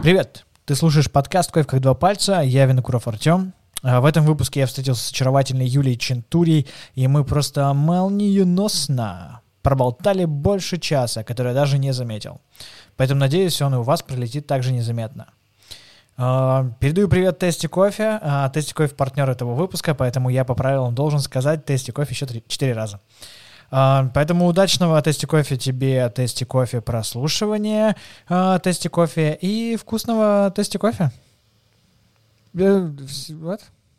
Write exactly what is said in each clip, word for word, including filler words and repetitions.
Привет! Ты слушаешь подкаст «Кофе как два пальца». Я Винокуров Артем. В этом выпуске я встретился с очаровательной Юлией Чентурей, и мы просто молниеносно проболтали больше часа, который я даже не заметил. Поэтому, надеюсь, он и у вас пролетит так же незаметно. Передаю привет Тести Кофе. Тести Кофе — партнер этого выпуска, поэтому я по правилам должен сказать Тести Кофе еще четыре раза. Поэтому удачного Тести Кофе тебе, Тести Кофе прослушивания, Тести Кофе и вкусного Тести Кофе. Вот.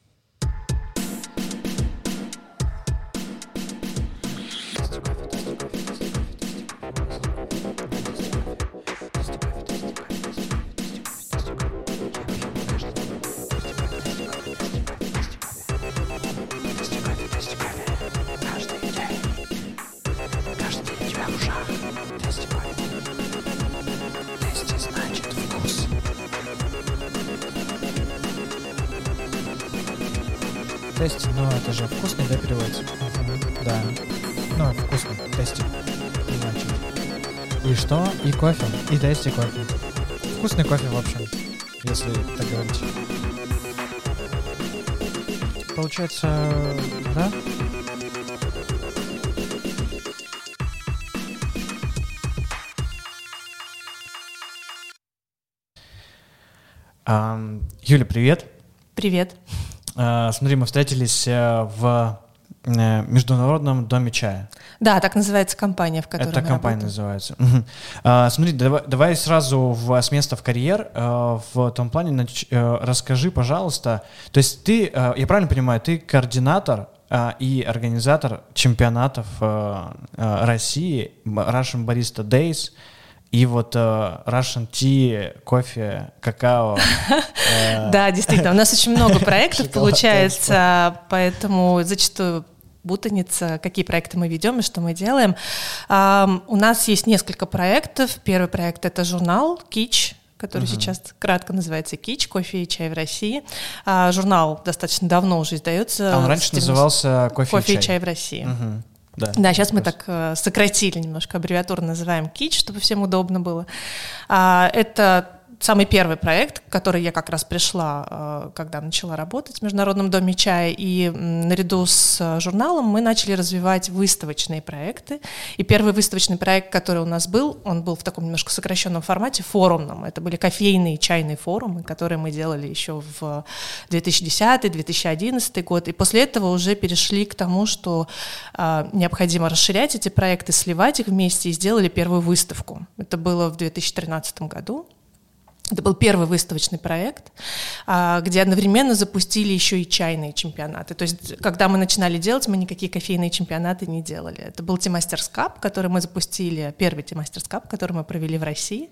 Тести, ну это же вкусный, да, переводится? Uh-huh. Да. Ну, вкусный, тести. Значит. И что? И кофе. И тести кофе. Вкусный кофе, в общем, если так говорить. Получается, да? Um, Юля, привет. Привет. Uh, смотри, мы встретились uh, в uh, Международном доме чая. Да, так называется компания, в которой Это мы компания работаем. называется. Uh-huh. Uh, смотри, давай, давай сразу в, с места в карьер. Uh, в том плане нач, uh, расскажи, пожалуйста. То есть ты, uh, я правильно понимаю, ты координатор uh, и организатор чемпионатов uh, uh, России, Russian Barista Days. И вот uh, Russian Tea, кофе, какао. Да, действительно, у нас очень много проектов получается, поэтому зачастую путаница, какие проекты мы ведем и что мы делаем. У нас есть несколько проектов. Первый проект — это журнал «Кич», который uh-huh. сейчас кратко называется «Кич. Кофе и чай в России». А, журнал достаточно давно уже издается. А он раньше назывался «Кофе, «Кофе и чай». и чай в России». Uh-huh. Да, да, сейчас мы так э, сократили немножко, аббревиатуру называем «Кич», чтобы всем удобно было. А, это самый первый проект, в который я как раз пришла, э, когда начала работать в Международном доме чая, и м, наряду с э, журналом мы начали развивать выставочные проекты. И первый выставочный проект, который у нас был, он был в таком немножко сокращенном формате, форумном. Это были кофейные и чайные форумы, которые мы делали еще в две тысячи десятый — две тысячи одиннадцатый год. И после этого уже перешли к тому, что э, необходимо расширять эти проекты, сливать их вместе, и сделали первую выставку. Это было в две тысячи тринадцатом году. Это был первый выставочный проект, где одновременно запустили еще и чайные чемпионаты. То есть, когда мы начинали делать, мы никакие кофейные чемпионаты не делали. Это был Tea Masters Cup, который мы запустили, первый Tea Masters Cup, который мы провели в России.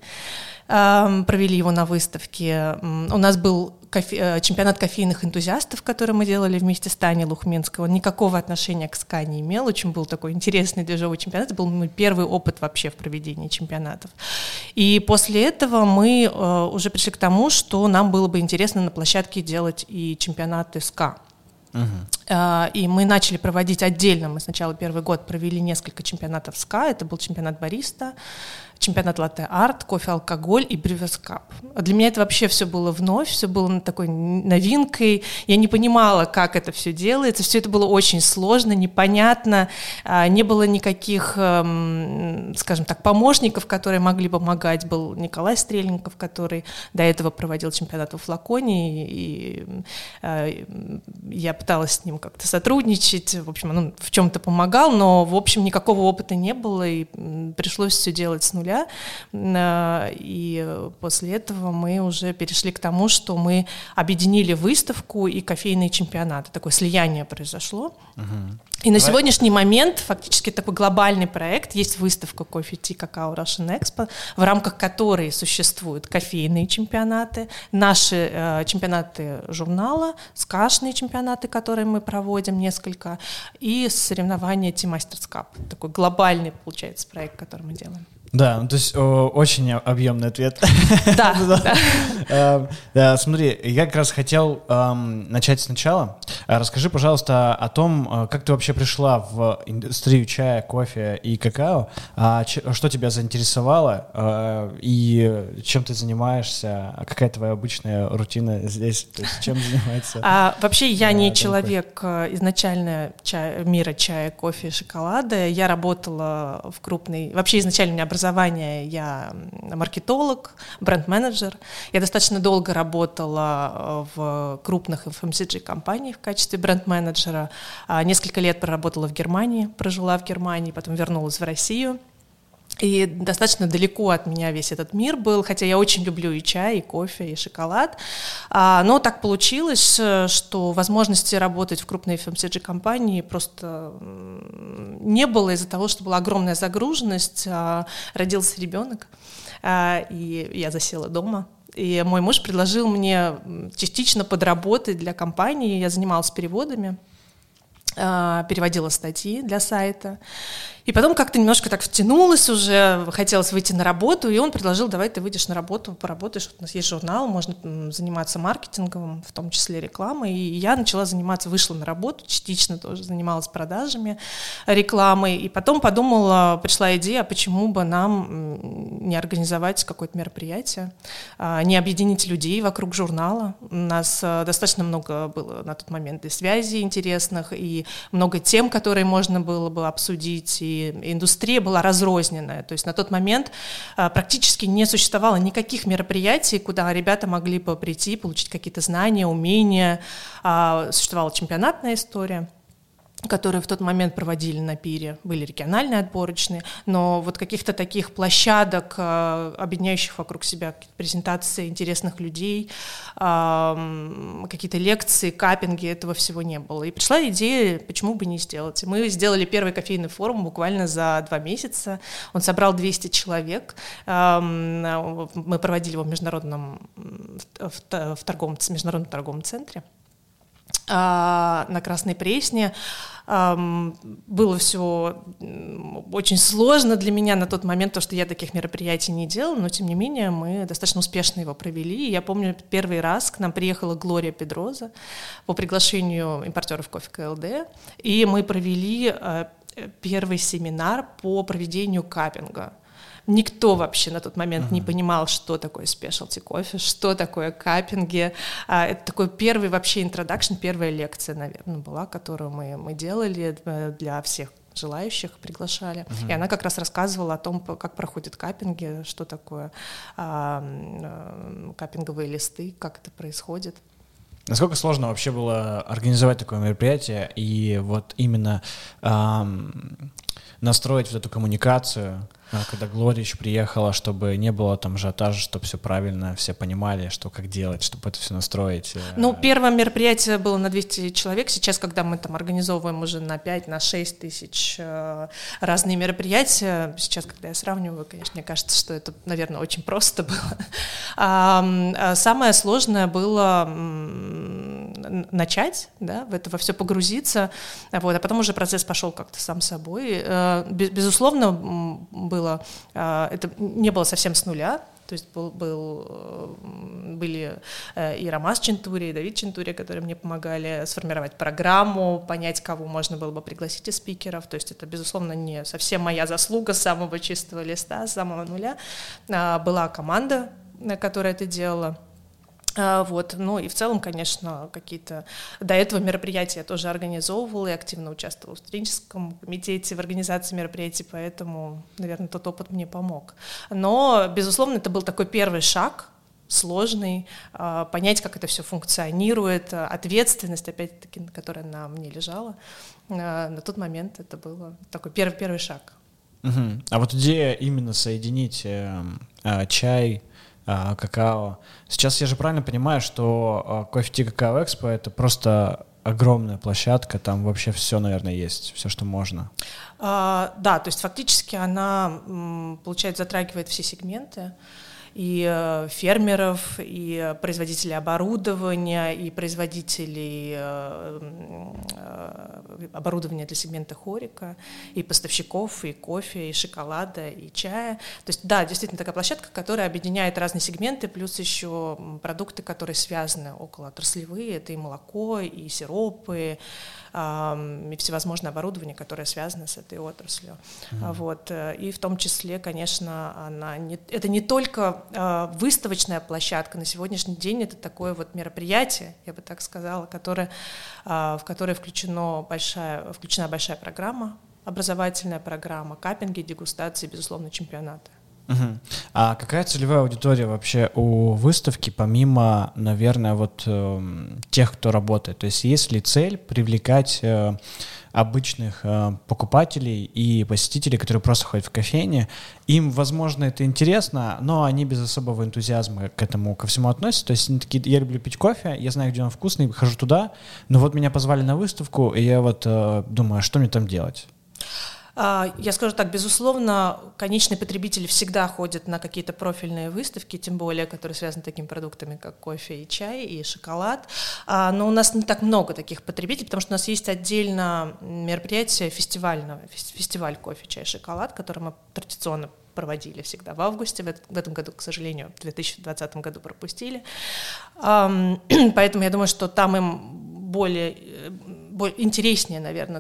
Провели его на выставке. У нас был кофе, чемпионат кофейных энтузиастов, который мы делали вместе с Таней Лухменской. Он никакого отношения к СКА не имел. Очень был такой интересный движовой чемпионат. Это был мой первый опыт вообще в проведении чемпионатов. И после этого мы уже пришли к тому, что нам было бы интересно на площадке делать и чемпионаты СКА. Uh-huh. И мы начали проводить отдельно. Мы сначала первый год провели несколько чемпионатов СКА. Это был чемпионат бариста, чемпионат латте-арт, кофе-алкоголь и брюверс кап. Для меня это вообще все было вновь, все было такой новинкой. Я не понимала, как это все делается. Все это было очень сложно, непонятно. Не было никаких, скажем так, помощников, которые могли помогать. Был Николай Стрельников, который до этого проводил чемпионат во Флаконе, и я пыталась с ним как-то сотрудничать. В общем, он в чем-то помогал, но, в общем, никакого опыта не было, и пришлось все делать с нуля. И после этого мы уже перешли к тому, что мы объединили выставку и кофейные чемпионаты. Такое слияние произошло. Угу. И на Давай. сегодняшний момент фактически такой глобальный проект. Есть выставка «Кофе, Tea, Какао Russian Expo», в рамках которой существуют кофейные чемпионаты, наши э, чемпионаты журнала, скашные чемпионаты, которые мы проводим несколько, и соревнования Tea Masters Cup. Такой глобальный, получается, проект, который мы делаем. Да, ну, то есть о, очень объемный ответ. Да, да. Да, смотри, я как раз хотел начать сначала. А расскажи, пожалуйста, о том, как ты вообще пришла в индустрию чая, кофе и какао, а что тебя заинтересовало и чем ты занимаешься, какая твоя обычная рутина здесь, то есть чем занимается? А, вообще я не да, человек кофе. изначально чай, мира чая, кофе и шоколада. Я работала в крупной... Вообще изначально у меня образование, я маркетолог, бренд-менеджер. Я достаточно долго работала в крупных эф эм си джи-компаниях в качестве бренд-менеджера. Несколько лет проработала в Германии, прожила в Германии, потом вернулась в Россию. И достаточно далеко от меня весь этот мир был, хотя я очень люблю и чай, и кофе, и шоколад. Но так получилось, что возможности работать в крупной эф эм си джи-компании просто не было из-за того, что была огромная загруженность, родился ребенок, и я засела дома. И мой муж предложил мне частично подработать для компании. Я занималась переводами, переводила статьи для сайта. И потом как-то немножко так втянулась уже, хотелось выйти на работу, и он предложил: давай ты выйдешь на работу, поработаешь, у нас есть журнал, можно заниматься маркетингом, в том числе рекламой. И я начала заниматься, вышла на работу, частично тоже занималась продажами, рекламой. И потом подумала, пришла идея, а почему бы нам не организовать какое-то мероприятие, не объединить людей вокруг журнала. У нас достаточно много было на тот момент и связей интересных, и много тем, которые можно было бы обсудить, и индустрия была разрозненная. То есть на тот момент а, практически не существовало никаких мероприятий, куда ребята могли бы прийти, получить какие-то знания, умения. А, существовала чемпионатная история, которые в тот момент проводили на пире, были региональные отборочные, но вот каких-то таких площадок, объединяющих вокруг себя презентации интересных людей, какие-то лекции, каппинги, этого всего не было. И пришла идея, почему бы не сделать. Мы сделали первый кофейный форум буквально за два месяца. Он собрал двести человек. Мы проводили его в международном, в торговом, международном торговом центре на Красной Пресне. Было все очень сложно для меня на тот момент, потому что я таких мероприятий не делала, но тем не менее мы достаточно успешно его провели. И я помню, первый раз к нам приехала Глория Педроза по приглашению импортеров кофе ка эл дэ, и мы провели первый семинар по проведению каппинга. Никто вообще на тот момент uh-huh. не понимал, что такое спешалти кофе, что такое каппинги. Это такой первый вообще интродакшн, первая лекция, наверное, была, которую мы, мы делали для всех желающих, приглашали. Uh-huh. И она как раз рассказывала о том, как проходят каппинги, что такое а, а, каппинговые листы, как это происходит. Насколько сложно вообще было организовать такое мероприятие и вот именно эм, настроить вот эту коммуникацию, когда Глория еще приехала, чтобы не было там ажиотажа, чтобы все правильно, все понимали, что как делать, чтобы это все настроить? Ну, первое мероприятие было на двести человек. Сейчас, когда мы там организовываем уже на пять, на шесть тысяч э, разные мероприятия, сейчас, когда я сравниваю, конечно, мне кажется, что это, наверное, очень просто было. А, а самое сложное было м, начать, да, в это во все погрузиться, вот, а потом уже процесс пошел как-то сам собой. Э, безусловно, было это не было совсем с нуля, то есть был, был, были и Ромас Чентури, и Давид Чентури, которые мне помогали сформировать программу, понять, кого можно было бы пригласить из спикеров. То есть это, безусловно, не совсем моя заслуга с самого чистого листа, с самого нуля. Была команда, которая это делала. Вот. Ну и в целом, конечно, какие-то... До этого мероприятия я тоже организовывала и активно участвовала в студенческом комитете, в организации мероприятий, поэтому, наверное, тот опыт мне помог. Но, безусловно, это был такой первый шаг, сложный, понять, как это все функционирует, ответственность, опять-таки, которая на мне лежала. На тот момент это был такой первый, первый шаг. Угу. А вот идея именно соединить э, э, чай, какао. Сейчас я же правильно понимаю, что Coffee Tea Cacao Expo — это просто огромная площадка, там вообще все, наверное, есть, все, что можно. А, да, то есть фактически она, получается, затрагивает все сегменты. и фермеров, и производителей оборудования, и производителей оборудования для сегмента хорика, и поставщиков, и кофе, и шоколада, и чая. То есть, да, действительно такая площадка, которая объединяет разные сегменты, плюс еще продукты, которые связаны около отраслевые. Это и молоко, и сиропы, и всевозможное оборудование, которое связано с этой отраслью. Mm-hmm. Вот. И в том числе, конечно, она не, это не только э, выставочная площадка. На сегодняшний день это такое вот мероприятие, я бы так сказала, которое, э, в которое включено большая, включена большая программа, образовательная программа, каппинги, дегустации, безусловно, чемпионаты. Угу. А какая целевая аудитория вообще у выставки, помимо, наверное, вот э, тех, кто работает? То есть есть ли цель привлекать э, обычных э, покупателей и посетителей, которые просто ходят в кофейне? Им, возможно, это интересно, но они без особого энтузиазма к этому, ко всему относятся. То есть они такие: я люблю пить кофе, я знаю, где он вкусный, хожу туда, но вот меня позвали на выставку, и я вот э, думаю, а что мне там делать? Я скажу так, безусловно, конечные потребители всегда ходят на какие-то профильные выставки, тем более, которые связаны с такими продуктами, как кофе и чай, и шоколад. Но у нас не так много таких потребителей, потому что у нас есть отдельно мероприятие фестивального, фестиваль кофе, чай, шоколад, который мы традиционно проводили всегда в августе. В этом году, к сожалению, в две тысячи двадцатом году пропустили. Поэтому я думаю, что там им более, более интереснее, наверное,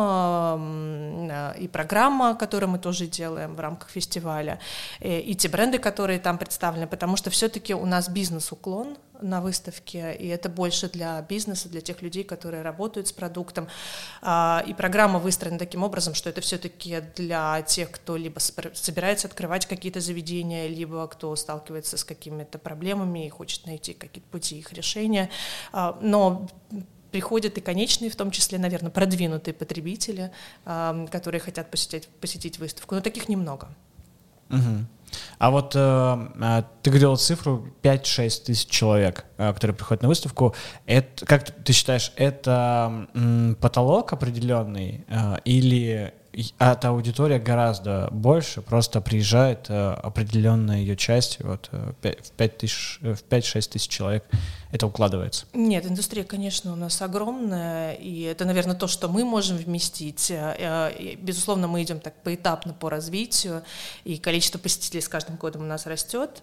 там э, и программа, которую мы тоже делаем в рамках фестиваля, и, и те бренды, которые там представлены, потому что все-таки у нас бизнес-уклон на выставке, и это больше для бизнеса, для тех людей, которые работают с продуктом. А, и программа выстроена таким образом, что это все-таки для тех, кто либо собирается открывать какие-то заведения, либо кто сталкивается с какими-то проблемами и хочет найти какие-то пути их решения. А, но приходят и конечные, в том числе, наверное, продвинутые потребители, а, которые хотят посетить, посетить выставку, но таких немного. Угу. А вот э, ты говорила цифру пять-шесть тысяч человек, э, которые приходят на выставку. Это, как ты считаешь, это м, потолок определенный э, или эта аудитория гораздо больше, просто приезжает э, определенная ее часть, вот, э, в пять-шесть тысяч человек это укладывается? Нет, индустрия, конечно, у нас огромная, и это, наверное, то, что мы можем вместить. Безусловно, мы идем так поэтапно по развитию, и количество посетителей с каждым годом у нас растет.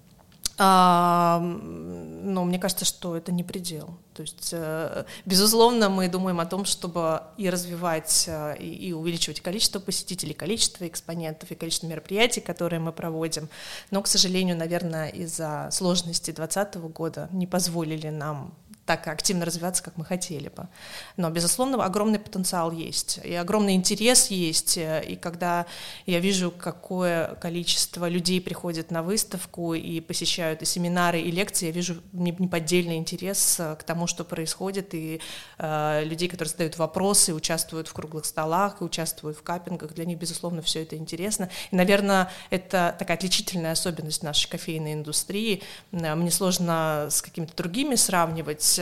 А, но мне кажется, что это не предел. То есть, безусловно, мы думаем о том, чтобы и развивать, и, и увеличивать количество посетителей, количество экспонентов и количество мероприятий, которые мы проводим. Но, к сожалению, наверное, из-за сложностей двадцатого года не позволили нам так активно развиваться, как мы хотели бы. Но, безусловно, огромный потенциал есть, и огромный интерес есть, и когда я вижу, какое количество людей приходит на выставку и посещают и семинары, и лекции, я вижу неподдельный интерес к тому, что происходит, и э, людей, которые задают вопросы, участвуют в круглых столах, и участвуют в каппингах, для них, безусловно, все это интересно. И, наверное, это такая отличительная особенность нашей кофейной индустрии. Мне сложно с какими-то другими сравнивать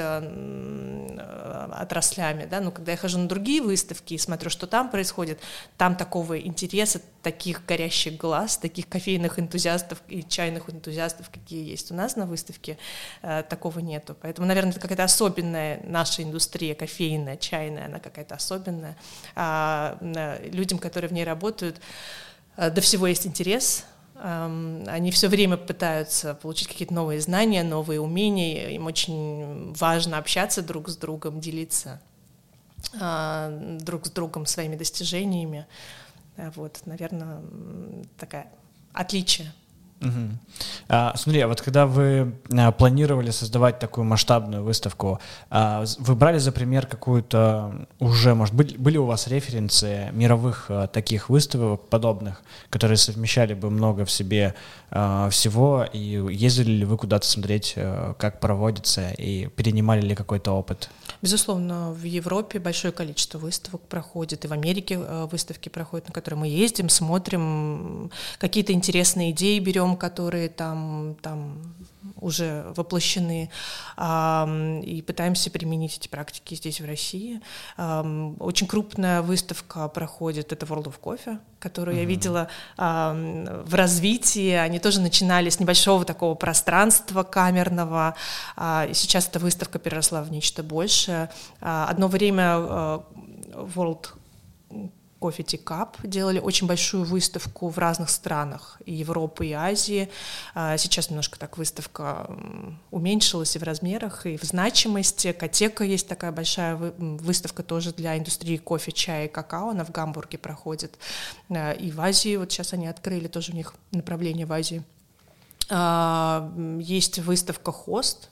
отраслями, да, но когда я хожу на другие выставки и смотрю, что там происходит, там такого интереса, таких горящих глаз, таких кофейных энтузиастов и чайных энтузиастов, какие есть у нас на выставке, такого нету. Поэтому, наверное, это какая-то особенная наша индустрия кофейная, чайная, она какая-то особенная. А людям, которые в ней работают, до всего есть интерес. Они все время пытаются получить какие-то новые знания, новые умения. Им очень важно общаться друг с другом, делиться друг с другом своими достижениями. Вот, наверное, такое отличие. Угу. А, смотри, а вот когда вы а, планировали создавать такую масштабную выставку, а, вы брали за пример какую-то уже, может быть, были у вас референсы мировых а, таких выставок подобных, которые совмещали бы много в себе а, всего, и ездили ли вы куда-то смотреть, а, как проводится, и перенимали ли какой-то опыт? Безусловно, в Европе большое количество выставок проходит, и в Америке выставки проходят, на которые мы ездим, смотрим, какие-то интересные идеи берем, которые там, там уже воплощены, и пытаемся применить эти практики здесь, в России. Очень крупная выставка проходит, это World of Coffee, которую mm-hmm. я видела в развитии. Они тоже начинали с небольшого такого пространства камерного, и сейчас эта выставка переросла в нечто большее. Одно время World Coffee Teacup делали очень большую выставку в разных странах и Европы, и Азии. Сейчас немножко так выставка уменьшилась и в размерах, и в значимости. Котека есть такая большая выставка тоже для индустрии кофе, чая и какао. Она в Гамбурге проходит. И в Азии, вот сейчас они открыли тоже у них направление в Азии. Есть выставка «Хост»,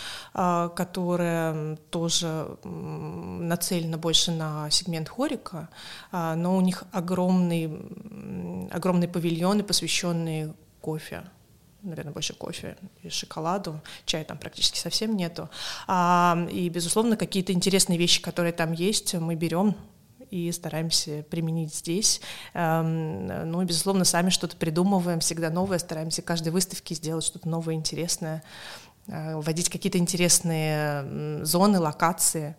которая тоже нацелена больше на сегмент хорика, но у них огромный, огромные павильоны, посвященные кофе, наверное, больше кофе и шоколаду, чая там практически совсем нету. И, безусловно, какие-то интересные вещи, которые там есть, мы берем и стараемся применить здесь. Ну и, безусловно, сами что-то придумываем, всегда новое, стараемся в каждой выставке сделать что-то новое, интересное, вводить какие-то интересные зоны, локации,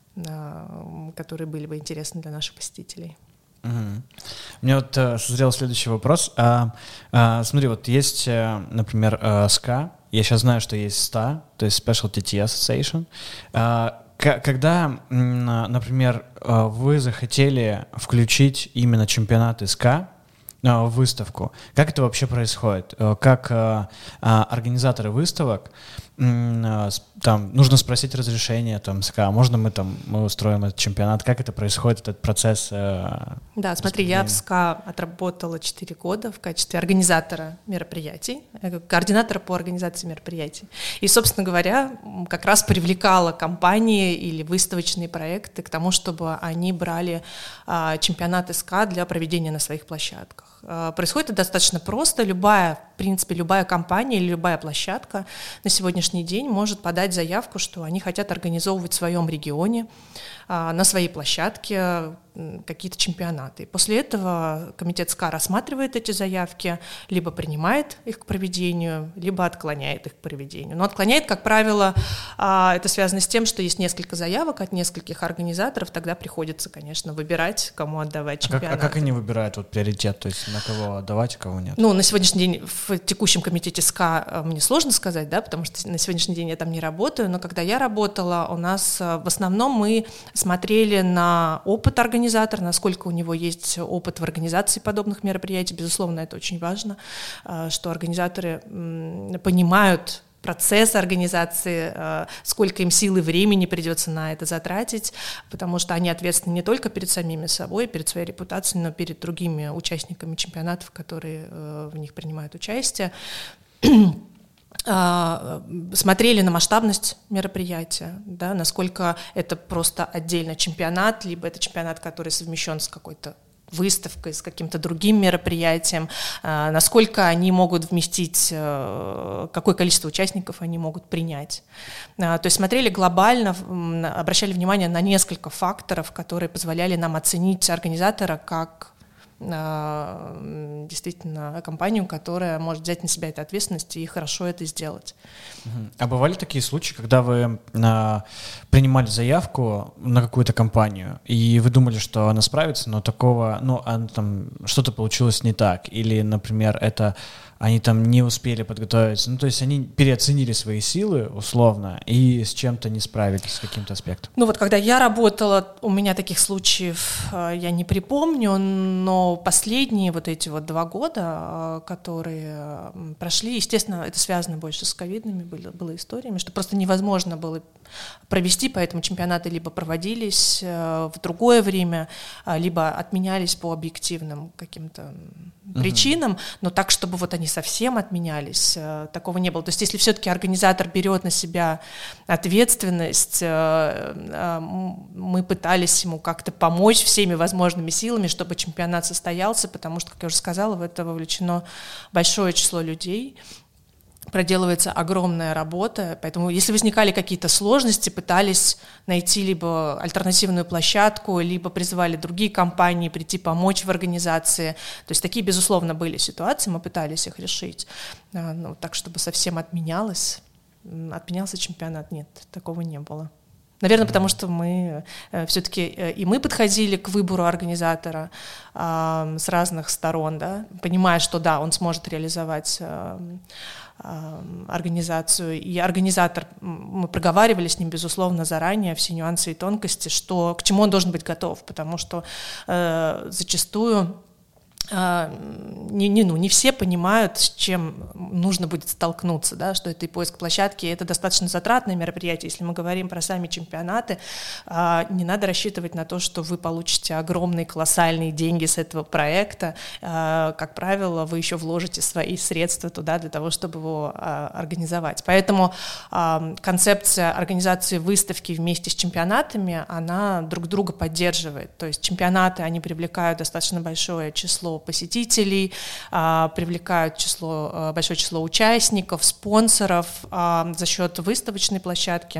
которые были бы интересны для наших посетителей. Угу. У меня вот uh, созрел следующий вопрос. Uh, uh, смотри, вот есть, uh, например, uh, эс кей эй, я сейчас знаю, что есть ста, то есть Specialty Tea Association. Uh, к- когда, например, uh, вы захотели включить именно чемпионат эс кей эй в выставку. Как это вообще происходит? Как а, а, организаторы выставок, а, там, нужно спросить разрешение, там, а можно мы там мы устроим этот чемпионат? Как это происходит, этот процесс? А, да, смотри, я в эс кей эй отработала четыре года в качестве организатора мероприятий, координатора по организации мероприятий. И, собственно говоря, как раз привлекала компании или выставочные проекты к тому, чтобы они брали а, чемпионат эс кей эй для проведения на своих площадках. Происходит это достаточно просто. Любая, в принципе, любая компания или любая площадка на сегодняшний день может подать заявку, что они хотят организовывать в своем регионе, на своей площадке какие-то чемпионаты. И после этого комитет эс кей эй рассматривает эти заявки, либо принимает их к проведению, либо отклоняет их к проведению. Но отклоняет, как правило, это связано с тем, что есть несколько заявок от нескольких организаторов, тогда приходится, конечно, выбирать, кому отдавать чемпионаты. А как, а как они выбирают вот приоритет, то есть на кого отдавать, а кого нет? Ну, на сегодняшний день в текущем комитете эс кей эй мне сложно сказать, да, потому что на сегодняшний день я там не работаю, но когда я работала, у нас в основном мы смотрели на опыт организатора, насколько у него есть опыт в организации подобных мероприятий. Безусловно, это очень важно, что организаторы понимают процесс организации, сколько им сил и времени придется на это затратить, потому что они ответственны не только перед самими собой, перед своей репутацией, но перед другими участниками чемпионатов, которые в них принимают участие. Смотрели на масштабность мероприятия, да, насколько это просто отдельно чемпионат, либо это чемпионат, который совмещен с какой-то выставкой, с каким-то другим мероприятием, насколько они могут вместить, какое количество участников они могут принять. То есть смотрели глобально, обращали внимание на несколько факторов, которые позволяли нам оценить организатора как действительно компанию, которая может взять на себя эту ответственность и хорошо это сделать. А бывали такие случаи, когда вы а, принимали заявку на какую-то компанию, и вы думали, что она справится, но такого, ну, она, там что-то получилось не так, или, например, это они там не успели подготовиться, ну, то есть они переоценили свои силы, условно, и с чем-то не справились, с каким-то аспектом. Ну вот, когда я работала, у меня таких случаев я не припомню, но последние вот эти вот два года, которые прошли, естественно, это связано больше с ковидными было, было историями, что просто невозможно было провести, поэтому чемпионаты либо проводились в другое время, либо отменялись по объективным каким-то причинам, uh-huh. но так, чтобы вот они совсем отменялись, такого не было. То есть если все-таки организатор берет на себя ответственность, мы пытались ему как-то помочь всеми возможными силами, чтобы чемпионат состоялся, потому что, как я уже сказала, в это вовлечено большое число людей. проделывается огромная работа, поэтому если возникали какие-то сложности, пытались найти либо альтернативную площадку, либо призывали другие компании прийти помочь в организации. То есть такие, безусловно, были ситуации, мы пытались их решить. Ну, так, чтобы совсем отменялось. Отменялся чемпионат? Нет, такого не было. Наверное, потому что мы э, все-таки э, и мы подходили к выбору организатора э, с разных сторон, да, понимая, что да, он сможет реализовать э, э, организацию. И организатор, мы проговаривали с ним, безусловно, заранее все нюансы и тонкости, что, к чему он должен быть готов, потому что э, зачастую Не, не, ну, не все понимают, с чем нужно будет столкнуться, да, что это и поиск площадки, это достаточно затратное мероприятие. Если мы говорим про сами чемпионаты, не надо рассчитывать на то, что вы получите огромные, колоссальные деньги с этого проекта. Как правило, вы еще вложите свои средства туда для того, чтобы его организовать. Поэтому концепция организации выставки вместе с чемпионатами, она друг друга поддерживает. То есть чемпионаты, они привлекают достаточно большое число посетителей, а, привлекают число, а, большое число участников, спонсоров а, за счет выставочной площадки.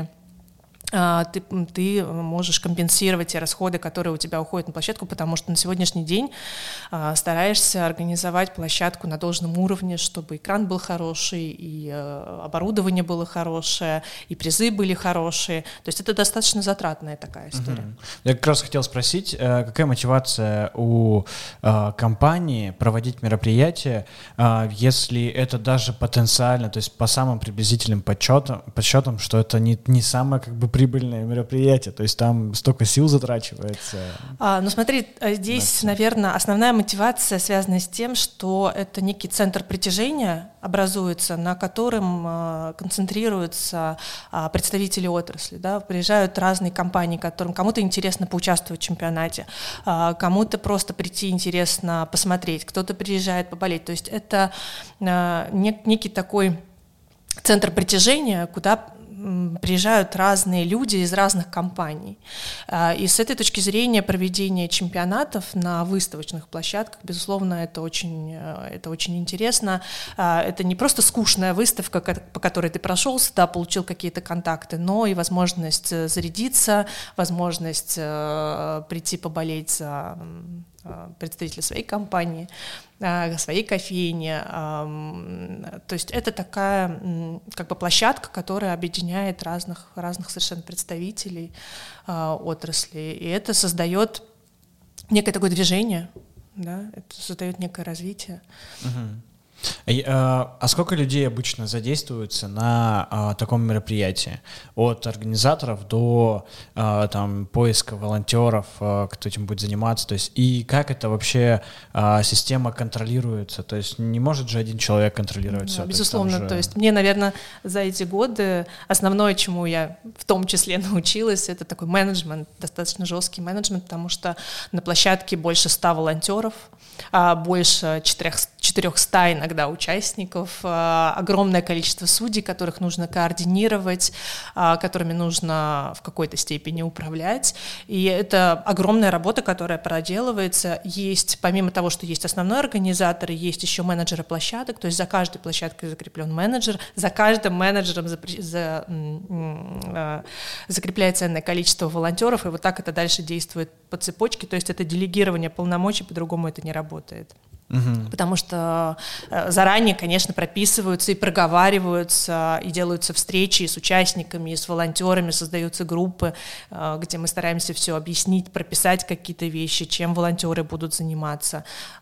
А, ты, ты можешь компенсировать те расходы, которые у тебя уходят на площадку, потому что на сегодняшний день а, стараешься организовать площадку на должном уровне, чтобы экран был хороший, и а, оборудование было хорошее, и призы были хорошие. То есть это достаточно затратная такая история. Угу. Я как раз хотел спросить, какая мотивация у а, компании проводить мероприятия, а, если это даже потенциально, то есть по самым приблизительным подсчетам, подсчетам, что это не, не самое как бы прибыльное мероприятие, то есть там столько сил затрачивается. А, ну смотри, здесь, на наверное, основная мотивация связана с тем, что это некий центр притяжения образуется, на котором а, концентрируются а, представители отрасли. Да? Приезжают разные компании, которым кому-то интересно поучаствовать в чемпионате, а, кому-то просто прийти интересно посмотреть, кто-то приезжает поболеть. То есть это а, нек- некий такой центр притяжения, куда приезжают разные люди из разных компаний. И с этой точки зрения проведение чемпионатов на выставочных площадках, безусловно, это очень, это очень интересно. Это не просто скучная выставка, по которой ты прошелся, да, получил какие-то контакты, но и возможность зарядиться, возможность прийти поболеть за представителя своей компании, своей кофейни. То есть это такая как бы площадка, которая объединяет разных, разных совершенно представителей отрасли. И это создает некое такое движение, да, это создает некое развитие. Угу. А, а сколько людей обычно задействуются на а, таком мероприятии? От организаторов до а, там, поиска волонтеров, а, кто этим будет заниматься? То есть, и как это вообще а, система контролируется? То есть не может же один человек контролировать да, все? Безусловно. То есть, же... то есть мне, наверное, за эти годы основное, чему я в том числе научилась, это такой менеджмент, достаточно жесткий менеджмент, потому что на площадке больше ста волонтеров, больше четырехсот иногда участников, огромное количество судей, которых нужно координировать, которыми нужно в какой-то степени управлять. И это огромная работа, которая проделывается. Есть, помимо того, что есть основной организатор, есть еще менеджеры площадок, то есть за каждой площадкой закреплен менеджер, за каждым менеджером за, за, закрепляется ценное количество волонтеров, и вот так это дальше действует по цепочке, то есть это делегирование полномочий, по-другому это не работает. Угу. Потому что заранее, конечно, прописываются и проговариваются, и делаются встречи с участниками, и с волонтерами, создаются группы, где мы стараемся все объяснить, прописать какие-то вещи, чем волонтеры будут заниматься.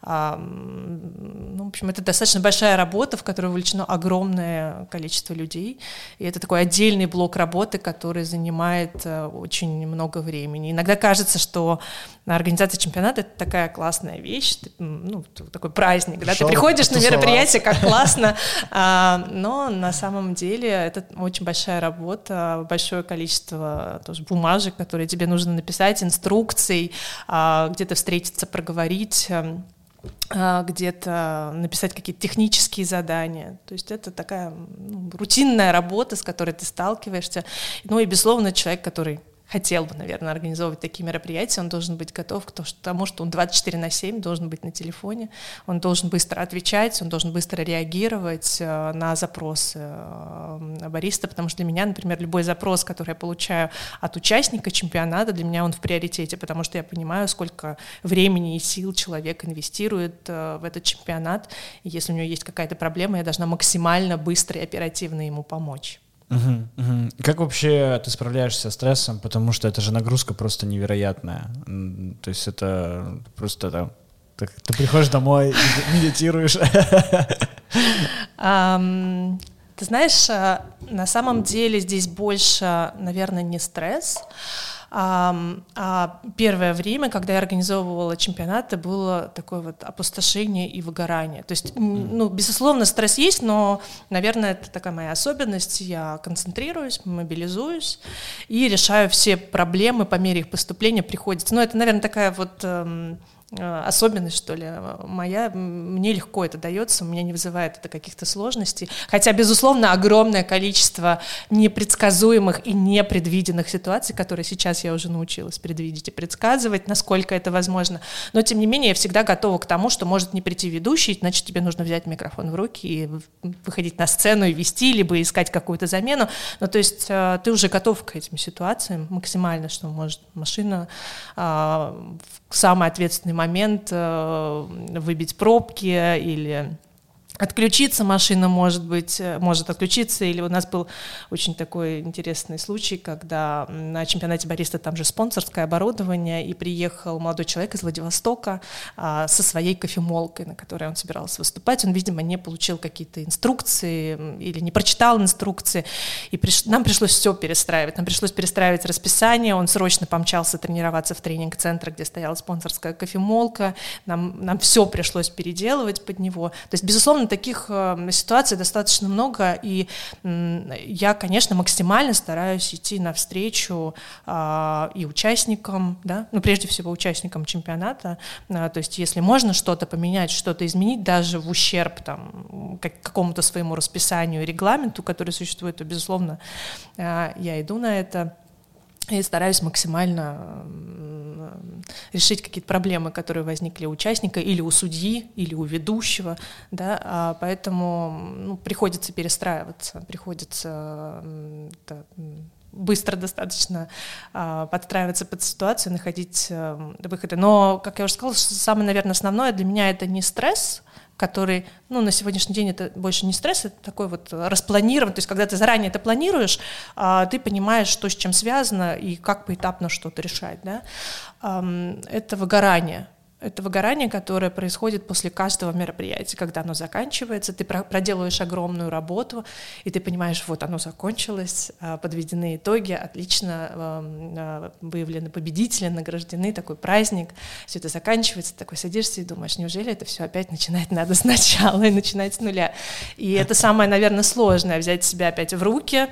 Ну, в общем, это достаточно большая работа, в которую вовлечено огромное количество людей, и это такой отдельный блок работы, который занимает очень много времени. Иногда кажется, что организация чемпионата — это такая классная вещь, ну, такой праздник, да, ты приходишь на мероприятие, как классно, а, но на самом деле это очень большая работа, большое количество тоже бумажек, которые тебе нужно написать, инструкций, а, где-то встретиться, проговорить, а, где-то написать какие-то технические задания. То есть это такая ну, рутинная работа, с которой ты сталкиваешься. Ну и, безусловно, человек, который хотел бы, наверное, организовывать такие мероприятия, он должен быть готов к тому, что он двадцать четыре на семь должен быть на телефоне, он должен быстро отвечать, он должен быстро реагировать на запросы бариста, потому что для меня, например, любой запрос, который я получаю от участника чемпионата, для меня он в приоритете, потому что я понимаю, сколько времени и сил человек инвестирует в этот чемпионат, и если у него есть какая-то проблема, я должна максимально быстро и оперативно ему помочь. Угу, угу. Как вообще ты справляешься с стрессом, потому что это же нагрузка просто невероятная, то есть это просто там, ты, ты приходишь домой, медитируешь. Ты знаешь, на самом деле здесь больше, наверное, не стресс, А, а первое время, когда я организовывала чемпионаты, было такое вот опустошение и выгорание. То есть, ну, безусловно, стресс есть, но, наверное, это такая моя особенность. Я концентрируюсь, мобилизуюсь и решаю все проблемы по мере их поступления. Приходится. Ну, это, наверное, такая вот эм, особенность, что ли, моя. Мне легко это дается, у меня не вызывает это каких-то сложностей. Хотя, безусловно, огромное количество непредсказуемых и непредвиденных ситуаций, которые сейчас я уже научилась предвидеть и предсказывать, насколько это возможно. Но, тем не менее, я всегда готова к тому, что может не прийти ведущий, значит, тебе нужно взять микрофон в руки и выходить на сцену и вести, либо искать какую-то замену. Ну, то есть ты уже готов к этим ситуациям максимально, что может машина в самый ответственный момент выбить пробки или отключиться машина, может быть, может отключиться. Или у нас был очень такой интересный случай, когда на чемпионате бариста там же спонсорское оборудование, и приехал молодой человек из Владивостока а, со своей кофемолкой, на которой он собирался выступать. Он, видимо, не получил какие-то инструкции или не прочитал инструкции, и приш... нам пришлось все перестраивать. Нам пришлось перестраивать расписание. Он срочно помчался тренироваться в тренинг-центр, где стояла спонсорская кофемолка. Нам, нам все пришлось переделывать под него. То есть, безусловно, таких э, ситуаций достаточно много, и э, я, конечно, максимально стараюсь идти навстречу э, и участникам, да, ну, прежде всего участникам чемпионата, э, то есть если можно что-то поменять, что-то изменить, даже в ущерб там, как, какому-то своему расписанию и регламенту, который существует, то, безусловно, э, я иду на это. И стараюсь максимально решить какие-то проблемы, которые возникли у участника или у судьи, или у ведущего, да, а поэтому ну, приходится перестраиваться, приходится да, быстро достаточно а, подстраиваться под ситуацию, находить а, выходы. Но, как я уже сказала, самое, наверное, основное для меня это не стресс, который, ну, на сегодняшний день это больше не стресс, это такой вот распланирован, то есть когда ты заранее это планируешь, ты понимаешь, что с чем связано и как поэтапно что-то решать, да? Это выгорание. Это выгорание, которое происходит после каждого мероприятия, когда оно заканчивается, ты проделываешь огромную работу, и ты понимаешь, вот оно закончилось, подведены итоги, отлично выявлены победители, награждены, такой праздник, все это заканчивается, ты такой садишься и думаешь, неужели это все опять начинать надо сначала и начинать с нуля? И это самое, наверное, сложное, взять себя опять в руки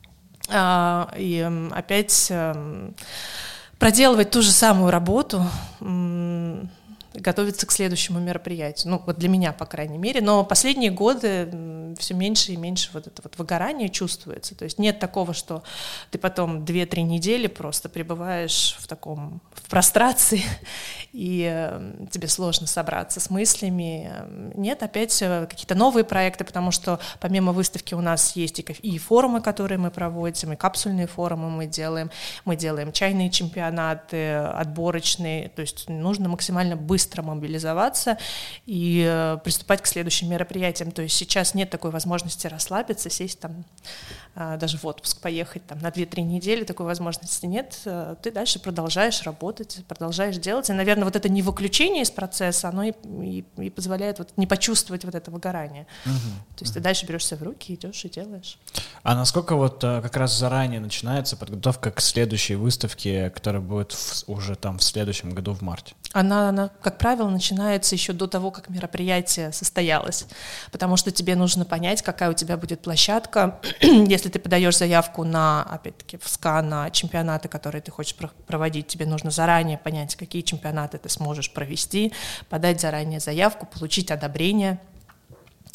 и опять проделывать ту же самую работу, готовиться к следующему мероприятию. Ну, вот для меня, по крайней мере. Но последние годы все меньше и меньше вот это вот выгорание чувствуется. То есть нет такого, что ты потом две-три недели просто пребываешь в таком, в прострации, и тебе сложно собраться с мыслями. Нет, опять какие-то новые проекты, потому что помимо выставки у нас есть и, и форумы, которые мы проводим, и капсульные форумы мы делаем. Мы делаем чайные чемпионаты, отборочные. То есть нужно максимально быстро быстро мобилизоваться и э, приступать к следующим мероприятиям. То есть сейчас нет такой возможности расслабиться, сесть там, э, даже в отпуск поехать там, на две-три недели, такой возможности нет. Э, ты дальше продолжаешь работать, продолжаешь делать. И, наверное, вот это не выключение из процесса, оно и, и, и позволяет вот не почувствовать вот это выгорание. Угу. То есть угу. ты дальше берешься в руки, идешь и делаешь. А насколько вот как раз заранее начинается подготовка к следующей выставке, которая будет в, уже там в следующем году в марте? Она, она, как правило, начинается еще до того, как мероприятие состоялось, потому что тебе нужно понять, какая у тебя будет площадка. Если ты подаешь заявку на, опять-таки, в СКА, на чемпионаты, которые ты хочешь проводить, тебе нужно заранее понять, какие чемпионаты ты сможешь провести, подать заранее заявку, получить одобрение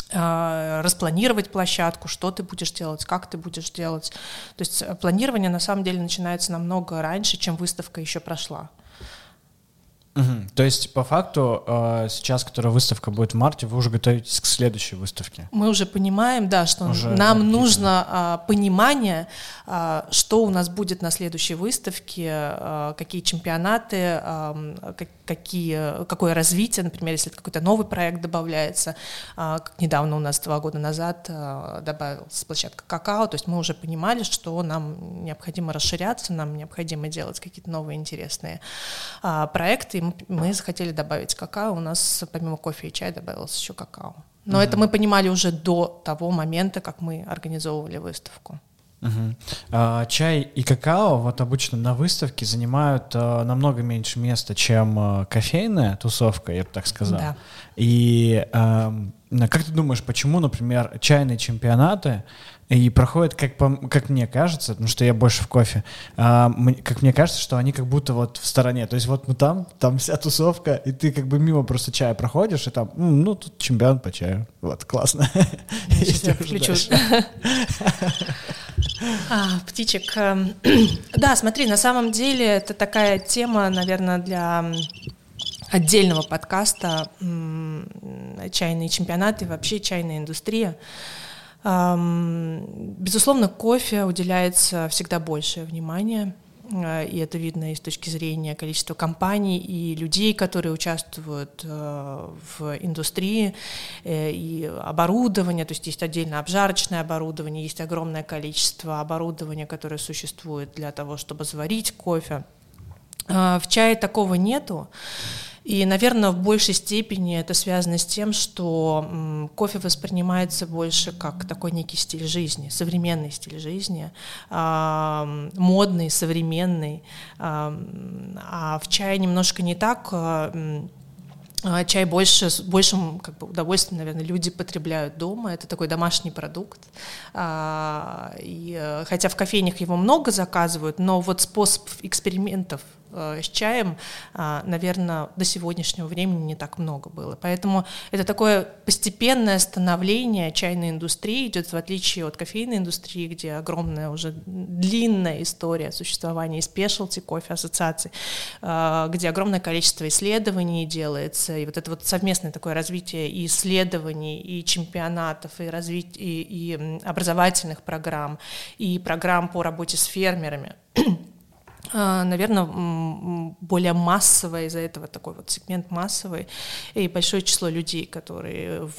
распланировать площадку, что ты будешь делать, как ты будешь делать. То есть планирование на самом деле начинается намного раньше, чем выставка еще прошла. Угу. То есть, по факту, сейчас, которая выставка будет в марте, вы уже готовитесь к следующей выставке? Мы уже понимаем, да, что уже нам какие-то... нужно а, понимание, а, что у нас будет на следующей выставке, а, какие чемпионаты, а, как, какие, какое развитие, например, если какой-то новый проект добавляется. А, как недавно у нас два года назад а, добавилась площадка какао, то есть мы уже понимали, что нам необходимо расширяться, нам необходимо делать какие-то новые интересные а, проекты, и мы захотели добавить какао. У нас помимо кофе и чая добавилось еще какао. Но uh-huh. это мы понимали уже до того момента, как мы организовывали выставку. Uh-huh. А, чай и какао вот обычно на выставке занимают а, намного меньше места, чем а, кофейная тусовка, я бы так сказал. Да. И а, как ты думаешь, почему, например, чайные чемпионаты и проходят, как, по, как мне кажется, потому что я больше в кофе, а, как мне кажется, что они как будто вот в стороне. То есть вот мы там, там вся тусовка, и ты как бы мимо просто чая проходишь, и там, ну, тут чемпион по чаю. Вот, классно. Я включу. А, птичек. Да, смотри, на самом деле это такая тема, наверное, для отдельного подкаста «Чайные чемпионаты» и вообще чайная индустрия. Безусловно, кофе уделяется всегда большее внимание, и это видно и с точки зрения количества компаний и людей, которые участвуют в индустрии, и оборудования, то есть есть отдельно обжарочное оборудование, есть огромное количество оборудования, которое существует для того, чтобы заварить кофе. В чае такого нету. И, наверное, в большей степени это связано с тем, что м, кофе воспринимается больше как такой некий стиль жизни, современный стиль жизни, э, модный, современный. Э, а в чае немножко не так. Э, Чай больше, с большим как бы, удовольствием, наверное, люди потребляют дома. Это такой домашний продукт. А, и, хотя в кофейнях его много заказывают, но вот способ экспериментов а, с чаем, а, наверное, до сегодняшнего времени не так много было. Поэтому это такое постепенное становление чайной индустрии идет, в отличие от кофейной индустрии, где огромная уже длинная история существования спешлти кофе ассоциаций, а, где огромное количество исследований делается. И вот это вот совместное такое развитие и исследований, и чемпионатов, и, развития, и, и образовательных программ, и программ по работе с фермерами, наверное, более массовый, из-за этого такой вот сегмент массовый, и большое число людей, которые в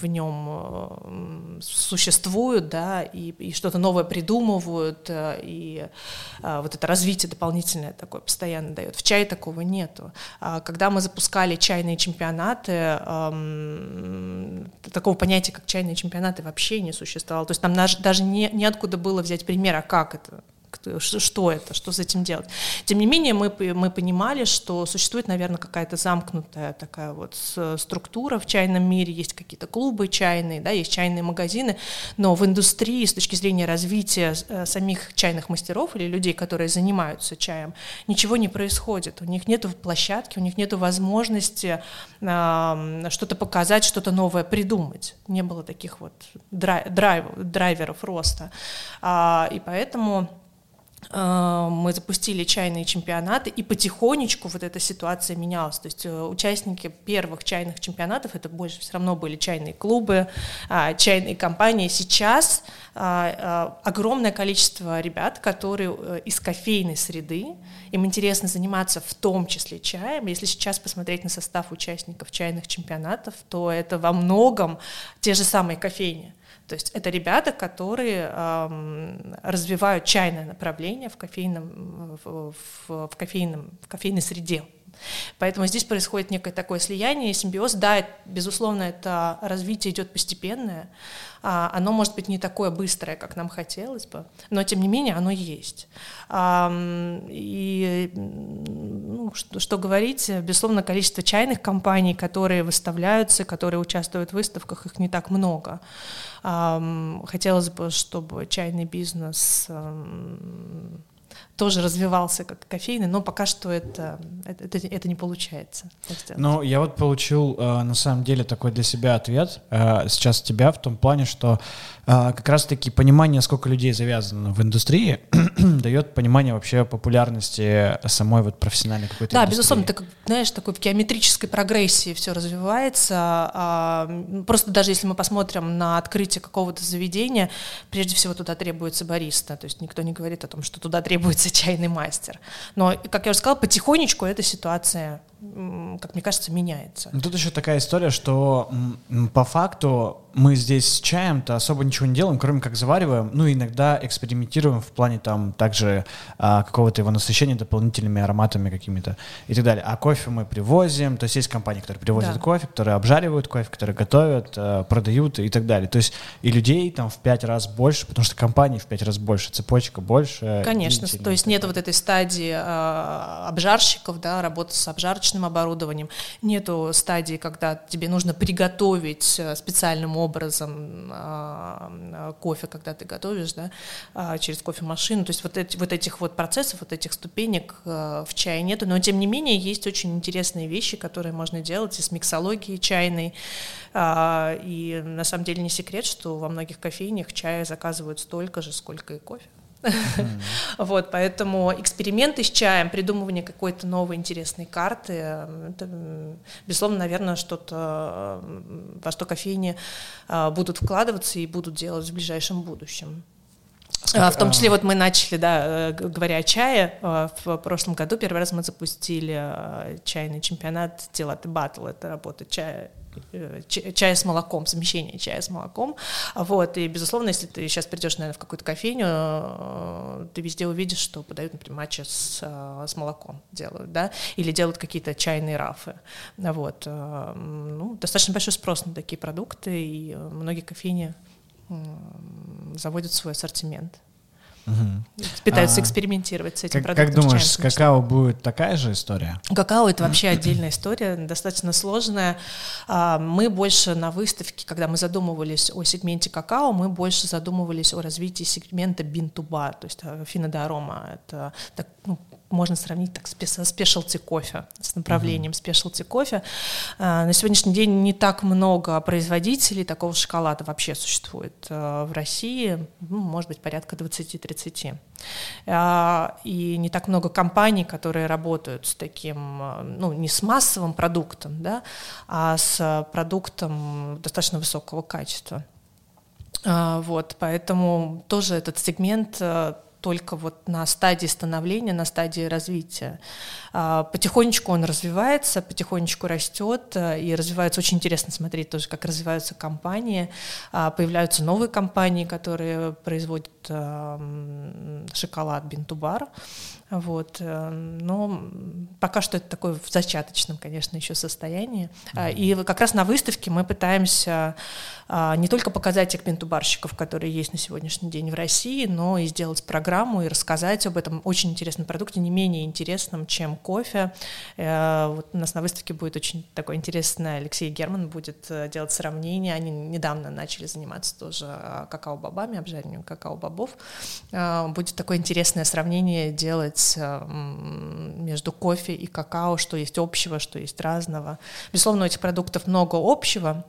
нем существуют, да, и, и что-то новое придумывают, и вот это развитие дополнительное такое постоянно дает. В чае такого нету. Когда мы запускали чайные чемпионаты, такого понятия, как чайные чемпионаты, вообще не существовало. То есть нам даже не, неоткуда было взять пример, а как это? Что это, что с этим делать. Тем не менее, мы, мы понимали, что существует, наверное, какая-то замкнутая такая вот структура в чайном мире, есть какие-то клубы чайные, да, есть чайные магазины, но в индустрии с точки зрения развития самих чайных мастеров или людей, которые занимаются чаем, ничего не происходит. У них нет площадки, у них нет возможности э, что-то показать, что-то новое придумать. Не было таких вот драйв, драйверов роста. А, и поэтому мы запустили чайные чемпионаты, и потихонечку вот эта ситуация менялась. То есть участники первых чайных чемпионатов, это больше все равно были чайные клубы, чайные компании. Сейчас огромное количество ребят, которые из кофейной среды, им интересно заниматься в том числе чаем. Если сейчас посмотреть на состав участников чайных чемпионатов, то это во многом те же самые кофейни. То есть это ребята, которые эм, развивают чайное направление в, кофейном, в, в, в, кофейном, в кофейной среде. Поэтому здесь происходит некое такое слияние, симбиоз. Да, безусловно, это развитие идет постепенное. А, оно может быть не такое быстрое, как нам хотелось бы, но тем не менее оно есть. А, и ну, что, что говорить, безусловно, количество чайных компаний, которые выставляются, которые участвуют в выставках, их не так много. А, хотелось бы, чтобы чайный бизнес тоже развивался как кофейный, но пока что это, это, это не получается. Ну, я вот получил на самом деле такой для себя ответ сейчас от тебя в том плане, что как раз-таки понимание, сколько людей завязано в индустрии, дает понимание вообще популярности самой вот профессиональной какой-то да, индустрии. Безусловно, ты, как, знаешь, такой в геометрической прогрессии все развивается. Просто даже если мы посмотрим на открытие какого-то заведения, прежде всего туда требуется бариста. То есть никто не говорит о том, что туда требуется чайный мастер. Но, как я уже сказала, потихонечку эта ситуация, как мне кажется, меняется. Тут еще такая история, что по факту мы здесь с чаем-то особо ничего не делаем, кроме как завариваем, ну, иногда экспериментируем в плане там также а, какого-то его насыщения дополнительными ароматами какими-то и так далее. А кофе мы привозим, то есть есть компании, которые привозят да. кофе, которые обжаривают кофе, которые готовят, а, продают и так далее. То есть и людей там в пять раз больше, потому что компаний в пять раз больше, цепочка больше. Конечно, то есть нет вот этой стадии а, обжарщиков, да, работы с обжарочным оборудованием, нету стадии, когда тебе нужно приготовить специальным образом образом э, кофе, когда ты готовишь, да, э, через кофемашину. То есть вот, эти, вот этих вот процессов, вот этих ступенек э, в чае нету, но тем не менее есть очень интересные вещи, которые можно делать и с миксологией чайной. Э, и на самом деле не секрет, что во многих кофейнях чая заказывают столько же, сколько и кофе. Mm-hmm. Вот, поэтому эксперименты с чаем, придумывание какой-то новой интересной карты, это, безусловно, наверное, что-то, во что кофейни будут вкладываться и будут делать в ближайшем будущем. В том числе вот мы начали, да, говоря о чае, в прошлом году первый раз мы запустили чайный чемпионат Latte Battle, это работа чая, чая с молоком, совмещение чая с молоком. Вот, и, безусловно, если ты сейчас придешь, наверное, в какую-то кофейню, ты везде увидишь, что подают, например, матча с, с молоком делают, да, или делают какие-то чайные рафы. Вот. Ну, достаточно большой спрос на такие продукты, и многие кофейни заводят свой ассортимент. Угу. Пытаются а, экспериментировать с этим как, продуктом. Как думаешь, с какао будет такая же история? Какао — это вообще отдельная история, достаточно сложная. Мы больше на выставке, когда мы задумывались о сегменте какао, мы больше задумывались о развитии сегмента bean-to-bar, то есть фина де арома. Это так, ну, можно сравнить так со спешалти кофе, с направлением спешалти кофе. На сегодняшний день не так много производителей такого шоколада вообще существует в России, ну, может быть, порядка двадцать-тридцать. И не так много компаний, которые работают с таким, ну, не с массовым продуктом, да, а с продуктом достаточно высокого качества. Вот, поэтому тоже этот сегмент только вот на стадии становления, на стадии развития. Потихонечку он развивается, потихонечку растет, и развивается очень интересно смотреть тоже, как развиваются компании. Появляются новые компании, которые производят шоколад bean-to-bar. Вот. Но пока что это такое в зачаточном, конечно, еще состоянии. Mm-hmm. И как раз на выставке мы пытаемся не только показать тех bean-to-барщиков, которые есть на сегодняшний день в России, но и сделать программу и рассказать об этом очень интересном продукте, не менее интересном, чем кофе. Вот у нас на выставке будет очень такой интересный, Алексей Герман будет делать сравнение. Они недавно начали заниматься тоже какао-бобами, обжариванием какао-бобов. Будет такое интересное сравнение делать между кофе и какао, что есть общего, что есть разного. Безусловно, у этих продуктов много общего,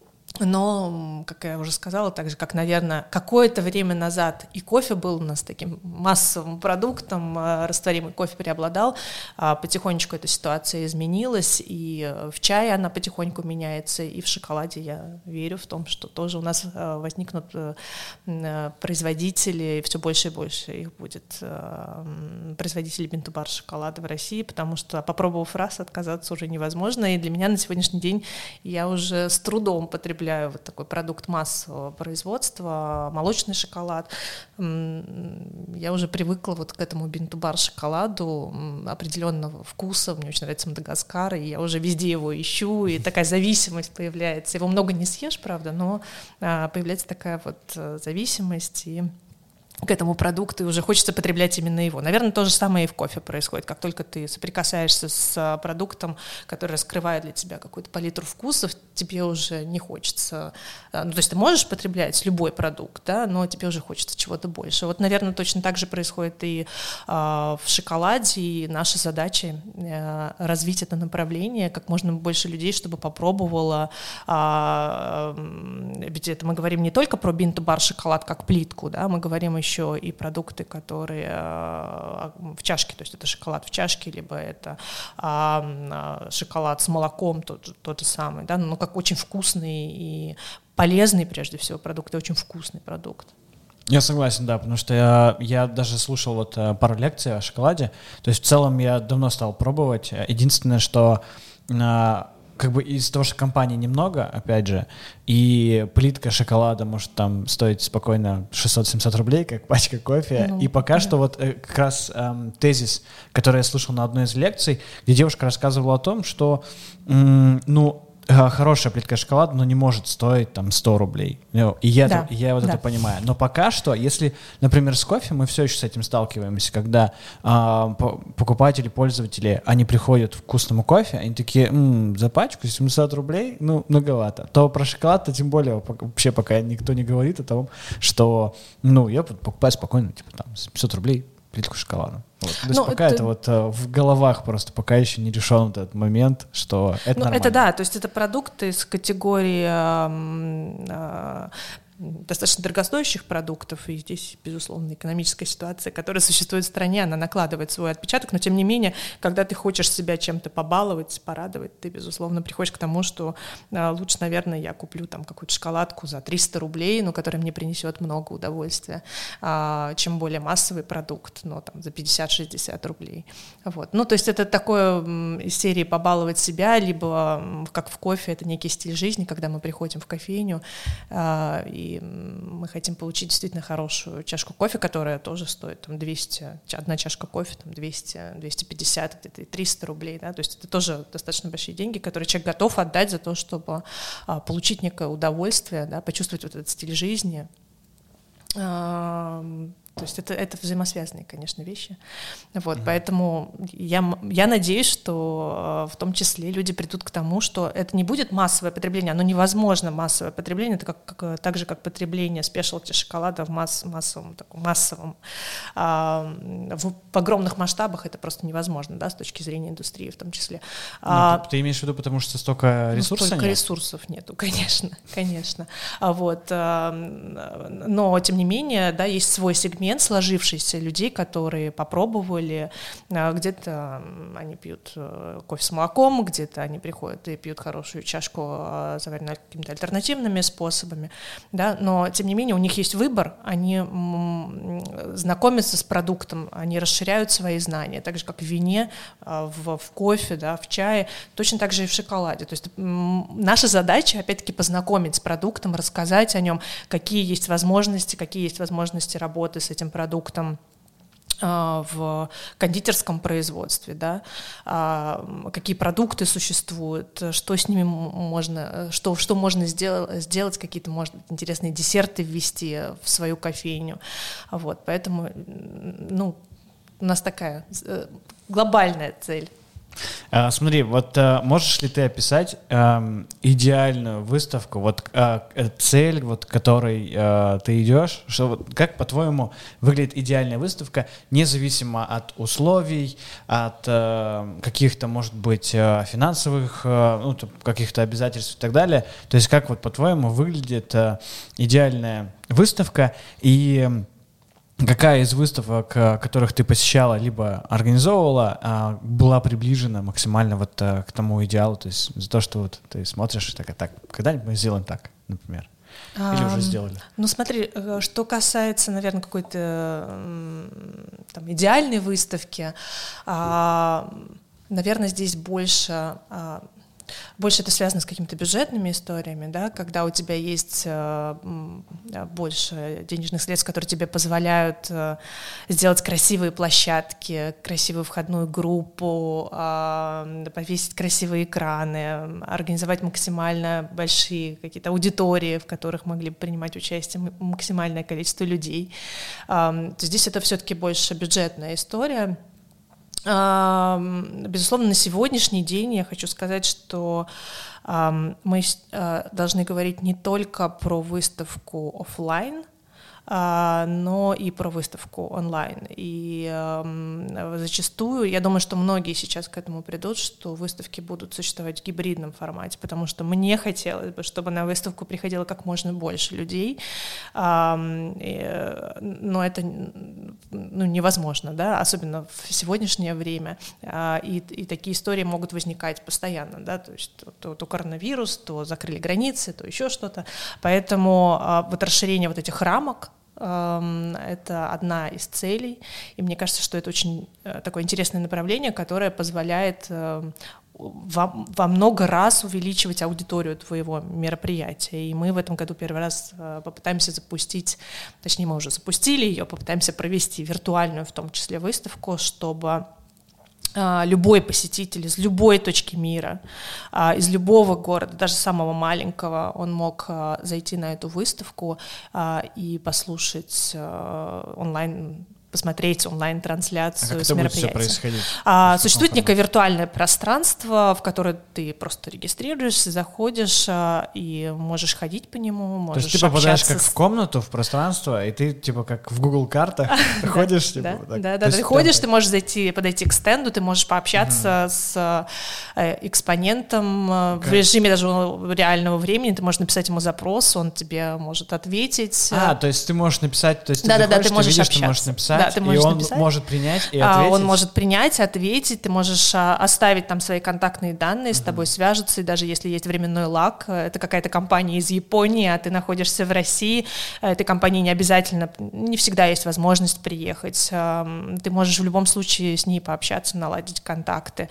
но, как я уже сказала, так же, как, наверное, какое-то время назад и кофе был у нас таким массовым продуктом, растворимый кофе преобладал, потихонечку эта ситуация изменилась, и в чае она потихоньку меняется, и в шоколаде я верю в том, что тоже у нас возникнут производители, и все больше и больше их будет производителей bean-to-bar шоколада в России, потому что, попробовав раз, отказаться уже невозможно, и для меня на сегодняшний день я уже с трудом потребляю вот такой продукт массового производства, молочный шоколад. Я уже привыкла вот к этому bean-to-bar шоколаду определенного вкуса. Мне очень нравится Мадагаскар, и я уже везде его ищу, и такая зависимость появляется. Его много не съешь, правда, но появляется такая вот зависимость, и к этому продукту, и уже хочется потреблять именно его. Наверное, то же самое и в кофе происходит. Как только ты соприкасаешься с продуктом, который раскрывает для тебя какую-то палитру вкусов, тебе уже не хочется... Ну, то есть ты можешь потреблять любой продукт, да, но тебе уже хочется чего-то больше. Вот, наверное, точно так же происходит и а, в шоколаде, и наша задача а, развить это направление, как можно больше людей, чтобы попробовало. А, ведь это мы говорим не только про bean-to-bar шоколад как плитку, да, мы говорим еще еще и продукты, которые э, в чашке, то есть это шоколад в чашке, либо это э, шоколад с молоком, тот, тот же самый, да, но как очень вкусный и полезный, прежде всего, продукт, и очень вкусный продукт. Я согласен, да, потому что я, я даже слушал вот пару лекций о шоколаде, то есть в целом я давно стал пробовать, единственное, что э, как бы из-за того, что компаний немного, опять же, и плитка шоколада может там стоить спокойно шестьсот-семьсот рублей, как пачка кофе. Ну, и пока да. что вот э, как раз эм, тезис, который я слушал на одной из лекций, где девушка рассказывала о том, что, м, ну, хорошая плитка шоколада, но не может стоить там сто рублей. Ну, и я, да, я вот да. это понимаю. Но пока что, если, например, с кофе, мы все еще с этим сталкиваемся, когда а, покупатели, пользователи, они приходят к вкусному кофе, они такие, м-м, за пачку семьсот рублей, ну, многовато. То про шоколад-то тем более вообще пока никто не говорит о том, что, ну, я покупаю спокойно, типа там семьсот рублей плитку шоколада. Вот. То есть ну, пока это... это вот э, в головах просто, пока еще не решен этот момент, что это ну, нормально. Это да, то есть это продукты из категории э, э, достаточно дорогостоящих продуктов, и здесь, безусловно, экономическая ситуация, которая существует в стране, она накладывает свой отпечаток, но, тем не менее, когда ты хочешь себя чем-то побаловать, порадовать, ты, безусловно, приходишь к тому, что э, лучше, наверное, я куплю там какую-то шоколадку за триста рублей, но которая мне принесет много удовольствия, э, чем более массовый продукт, но там за пятьдесят-шестьдесят рублей. Вот. Ну, то есть это такое э, из серии побаловать себя, либо, э, как в кофе, это некий стиль жизни, когда мы приходим в кофейню, э, и И мы хотим получить действительно хорошую чашку кофе, которая тоже стоит там двести, одна чашка кофе там двести, двести пятьдесят, где-то и триста рублей, да, то есть это тоже достаточно большие деньги, которые человек готов отдать за то, чтобы а, получить некое удовольствие, да, почувствовать вот этот стиль жизни. А, то есть это, это взаимосвязанные, конечно, вещи. Вот, mm-hmm. Поэтому я, я надеюсь, что в том числе люди придут к тому, что это не будет массовое потребление, оно невозможно массовое потребление, это как, как, так же, как потребление спешалти шоколада в масс, массовом, таком, массовом, а, в, в огромных масштабах это просто невозможно, да, с точки зрения индустрии в том числе. Ну, а, ты, ты имеешь в виду, потому что столько ресурсов ну, столько нет? ресурсов нету, конечно, конечно. А вот, а, но, тем не менее, да, есть свой сегмент сложившихся людей, которые попробовали, где-то они пьют кофе с молоком, где-то они приходят и пьют хорошую чашку, заваренную какими-то альтернативными способами, да, но тем не менее у них есть выбор, они знакомятся с продуктом, они расширяют свои знания, так же как в вине, в, в кофе, да, в чае, точно так же и в шоколаде. То есть наша задача, опять-таки, познакомить с продуктом, рассказать о нем, какие есть возможности, какие есть возможности работы с этим продуктом в кондитерском производстве, да, какие продукты существуют, что с ними можно, что, что можно сделать, сделать, какие-то, может быть, интересные десерты ввести в свою кофейню. Вот, поэтому, ну, у нас такая глобальная цель. А, смотри, вот а, можешь ли ты описать а, идеальную выставку, вот а, цель, вот, к которой а, ты идешь, что, вот, как, по-твоему, выглядит идеальная выставка, независимо от условий, от а, каких-то, может быть, финансовых, а, ну, каких-то обязательств и так далее, то есть как, вот, по-твоему, выглядит а, идеальная выставка, и какая из выставок, которых ты посещала, либо организовывала, была приближена максимально вот к тому идеалу, то есть за то, что вот ты смотришь, так, так, когда-нибудь мы сделаем так, например, или а, уже сделали? Ну смотри, что касается, наверное, какой-то там идеальной выставки, наверное, здесь больше Больше это связано с какими-то бюджетными историями, да, когда у тебя есть э, больше денежных средств, которые тебе позволяют э, сделать красивые площадки, красивую входную группу, э, повесить красивые экраны, организовать максимально большие какие-то аудитории, в которых могли бы принимать участие максимальное количество людей. Э, то здесь это все-таки больше бюджетная история. Безусловно, на сегодняшний день я хочу сказать, что мы должны говорить не только про выставку офлайн, но и про выставку онлайн. И э, зачастую, я думаю, что многие сейчас к этому придут, что выставки будут существовать в гибридном формате, потому что мне хотелось бы, чтобы на выставку приходило как можно больше людей, э, э, но это ну, невозможно, да, особенно в сегодняшнее время. Э, и, и такие истории могут возникать постоянно, да, то есть то, то, то коронавирус, то закрыли границы, то еще что-то. Поэтому э, вот расширение вот этих рамок, это одна из целей, и мне кажется, что это очень такое интересное направление, которое позволяет во, во много раз увеличивать аудиторию твоего мероприятия. И мы в этом году первый раз попытаемся запустить, точнее, мы уже запустили ее, попытаемся провести виртуальную, в том числе, выставку, чтобы любой посетитель из любой точки мира, из любого города, даже самого маленького, он мог зайти на эту выставку и послушать онлайн, посмотреть онлайн-трансляцию а с мероприятия. Как это будет все происходить? А, существует некое виртуальное пространство, в которое ты просто регистрируешься, заходишь а, и можешь ходить по нему, можешь То есть ты попадаешь как с... в комнату, в пространство, и ты типа как в Google картах ходишь? Да, да, да, ты ходишь, ты можешь зайти, подойти к стенду, ты можешь пообщаться с экспонентом в режиме даже реального времени, ты можешь написать ему запрос, он тебе может ответить. А, то есть ты можешь написать, то есть ты да, да, ты можешь видишь, ты можешь написать, да, ты и он написать. может принять и ответить. Он может принять, ответить, ты можешь оставить там свои контактные данные, с тобой свяжутся, и даже если есть временной лаг, это какая-то компания из Японии, а ты находишься в России, этой компании не обязательно, не всегда есть возможность приехать. Ты можешь в любом случае с ней пообщаться, наладить контакты.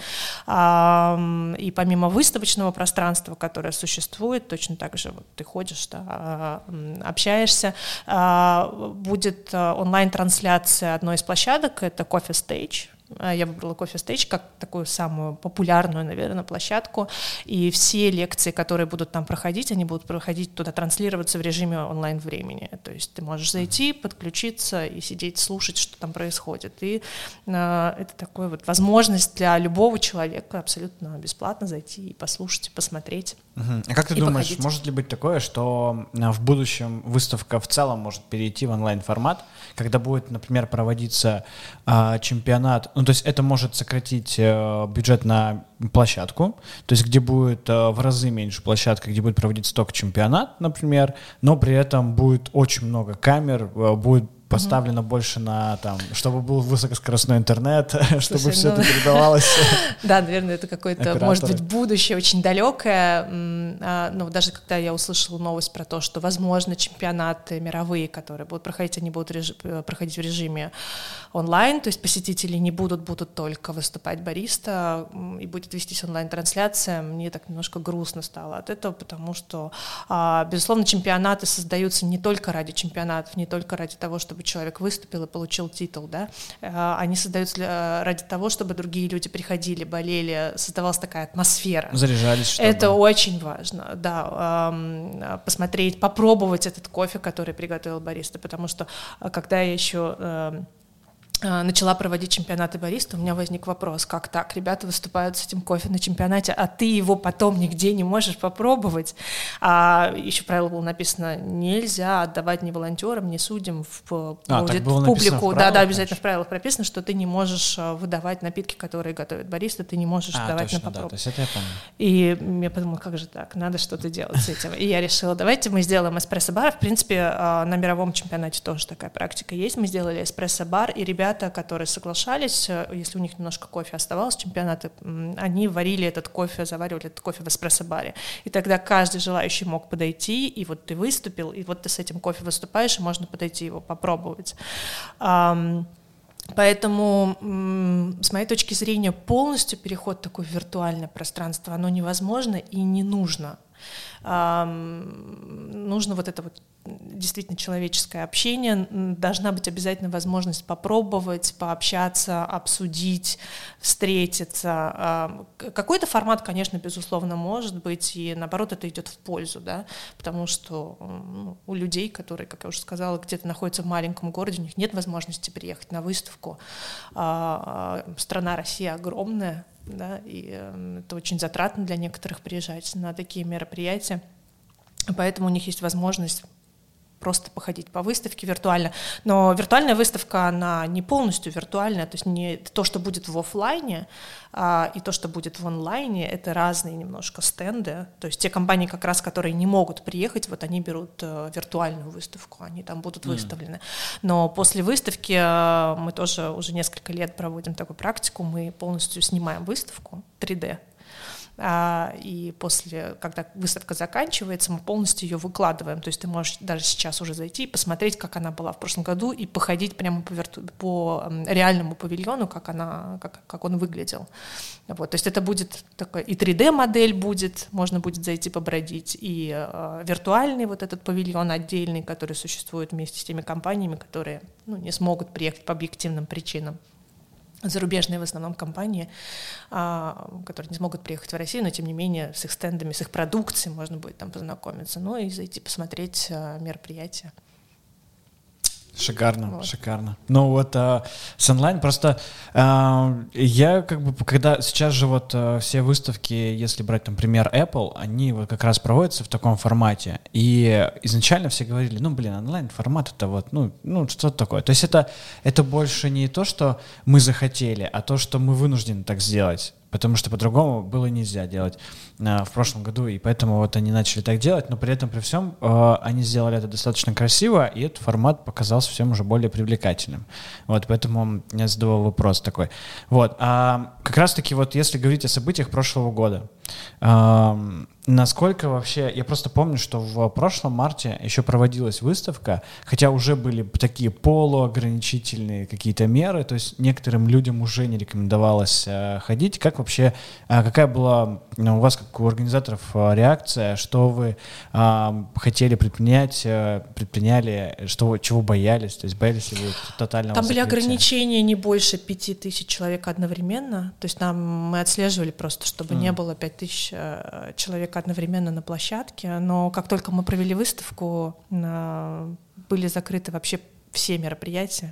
И помимо выставочного пространства, которое существует, точно так же вот ты ходишь, да, общаешься, будет онлайн-трансляция одной из площадок, это Coffee Stage. Я выбрала Coffee Stage как такую самую популярную, наверное, площадку, и все лекции, которые будут там проходить, они будут проходить туда, транслироваться в режиме онлайн-времени. То есть ты можешь зайти, подключиться и сидеть, слушать, что там происходит. И э, это такая вот возможность для любого человека абсолютно бесплатно зайти и послушать, и посмотреть. Uh-huh. А как ты думаешь, походить? Может ли быть такое, что в будущем выставка в целом может перейти в онлайн-формат, когда будет, например, проводиться э, чемпионат? Ну, то есть это может сократить э, бюджет на площадку, то есть где будет э, в разы меньше площадка, где будет проводиться только чемпионат, например, но при этом будет очень много камер, э, будет поставлено mm-hmm. больше на, там, чтобы был высокоскоростной интернет, Слушай, чтобы все ну... это передавалось. Да, наверное, это какое-то, может быть, будущее очень далекое. Но даже когда я услышала новость про то, что, возможно, чемпионаты мировые, которые будут проходить, они будут проходить в режиме онлайн, то есть посетители не будут, будут только выступать бариста, и будет вестись онлайн-трансляция, мне так немножко грустно стало от этого, потому что, безусловно, чемпионаты создаются не только ради чемпионатов, не только ради того, чтобы человек выступил и получил титул, да, они создаются ради того, чтобы другие люди приходили, болели, создавалась такая атмосфера. Заряжались, чтобы... Это очень важно, да, посмотреть, попробовать этот кофе, который приготовил бариста, потому что когда я еще начала проводить чемпионаты бариста, у меня возник вопрос, как так, ребята выступают с этим кофе на чемпионате, а ты его потом нигде не можешь попробовать. А еще правило было написано, нельзя отдавать ни волонтерам, ни судьям в, а, будет, в публику. Да, да, обязательно в правилах прописано, что ты не можешь выдавать напитки, которые готовит бариста, ты не можешь а, давать точно, на попробу. Да, то есть это я помню. И я подумала, как же так, надо что-то делать с этим. И я решила, давайте мы сделаем эспрессо-бар. В принципе, на мировом чемпионате тоже такая практика есть. Мы сделали эспрессо-бар, и ребята, которые соглашались, если у них немножко кофе оставалось, чемпионаты, они варили этот кофе, заваривали этот кофе в эспрессо-баре. И тогда каждый желающий мог подойти, и вот ты выступил, и вот ты с этим кофе выступаешь, и можно подойти его попробовать. Поэтому, с моей точки зрения, полностью переход такой в виртуальное пространство, оно невозможно и не нужно. Нужно вот это вот действительно человеческое общение, должна быть обязательно возможность попробовать, пообщаться, обсудить, встретиться. Какой-то формат, конечно, безусловно, может быть, и наоборот это идет в пользу, да, потому что ну, у людей, которые, как я уже сказала, где-то находятся в маленьком городе, у них нет возможности приехать на выставку. Страна Россия огромная, да, и это очень затратно для некоторых приезжать на такие мероприятия, поэтому у них есть возможность просто походить по выставке виртуально. Но виртуальная выставка, она не полностью виртуальная, то есть не то, что будет в офлайне, а, и то, что будет в онлайне, это разные немножко стенды. То есть те компании, как раз, которые не могут приехать, вот они берут а, виртуальную выставку, они там будут mm. выставлены. Но после выставки а, мы тоже уже несколько лет проводим такую практику, мы полностью снимаем выставку три дэ. И после, когда выставка заканчивается, мы полностью ее выкладываем. То есть ты можешь даже сейчас уже зайти и посмотреть, как она была в прошлом году, и походить прямо по, вирту... по реальному павильону, как, она, как, как он выглядел. Вот. То есть это будет такой, и три дэ-модель будет, можно будет зайти побродить, и э, виртуальный вот этот павильон отдельный, который существует вместе с теми компаниями, которые ну, не смогут приехать по объективным причинам. Зарубежные в основном компании, которые не смогут приехать в Россию, но тем не менее с их стендами, с их продукцией можно будет там познакомиться, ну и зайти посмотреть мероприятия. Шикарно, вот. шикарно. Ну вот а, с онлайн просто а, я как бы, когда сейчас же вот а, все выставки, если брать, там, пример Apple, они вот как раз проводятся в таком формате, и изначально все говорили, ну, блин, онлайн-формат это вот, ну, ну что-то такое. То есть это, это больше не то, что мы захотели, а то, что мы вынуждены так сделать. Потому что по-другому было нельзя делать э, в прошлом году, и поэтому вот они начали так делать, но при этом, при всем, э, они сделали это достаточно красиво, и этот формат показался всем уже более привлекательным. Вот, поэтому я задавал вопрос такой. Вот, а как раз-таки вот если говорить о событиях прошлого года, э, насколько вообще... Я просто помню, что в прошлом марте еще проводилась выставка, хотя уже были такие полуограничительные какие-то меры, то есть некоторым людям уже не рекомендовалось э, ходить. Как вообще, э, какая была у вас, как у организаторов, э, реакция, что вы э, хотели предпринять, э, предприняли, что, чего боялись, то есть боялись ли вы тотального Там закрытия? были ограничения не больше пяти тысяч человек одновременно, то есть нам мы отслеживали просто, чтобы mm. не было пять тысяч э, человек одновременно на площадке, но как только мы провели выставку, были закрыты вообще все мероприятия,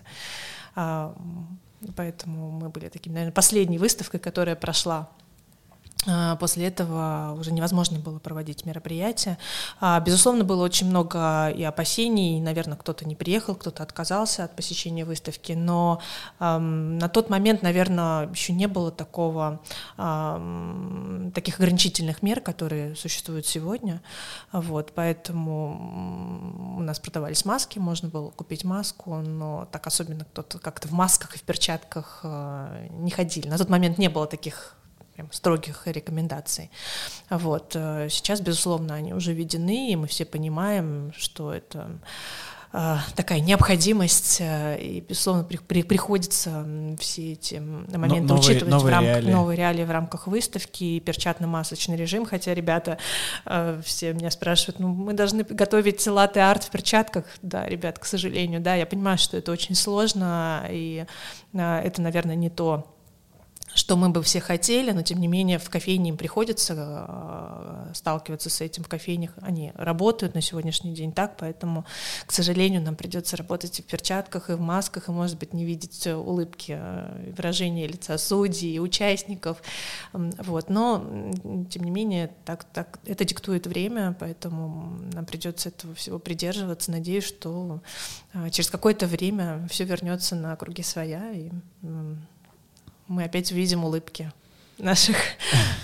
поэтому мы были таким, наверное, последней выставкой, которая прошла. После этого уже невозможно было проводить мероприятия. Безусловно, было очень много и опасений, и, наверное, кто-то не приехал, кто-то отказался от посещения выставки, но эм, на тот момент, наверное, еще не было такого, эм, таких ограничительных мер, которые существуют сегодня. Вот, поэтому у нас продавались маски, можно было купить маску, но так особенно кто-то как-то в масках и в перчатках э, не ходили. На тот момент не было таких прям строгих рекомендаций. Вот. Сейчас, безусловно, они уже введены, и мы все понимаем, что это э, такая необходимость, э, и, безусловно, при, при, приходится все эти моменты новые, учитывать новые, в рамках, реалии. новые реалии в рамках выставки, перчатно-масочный режим, хотя ребята э, все меня спрашивают, ну, мы должны готовить латте-арт в перчатках. Да, ребят, к сожалению, да, я понимаю, что это очень сложно, и э, это, наверное, не то, что мы бы все хотели, но тем не менее в кофейне им приходится э, сталкиваться с этим. В кофейнях они работают на сегодняшний день так, поэтому, к сожалению, нам придется работать и в перчатках, и в масках, и, может быть, не видеть улыбки, э, выражения лица судей и участников. Вот. Но, тем не менее, так, так, это диктует время, поэтому нам придется этого всего придерживаться. Надеюсь, что э, через какое-то время все вернется на круги своя, и э, мы опять увидим улыбки наших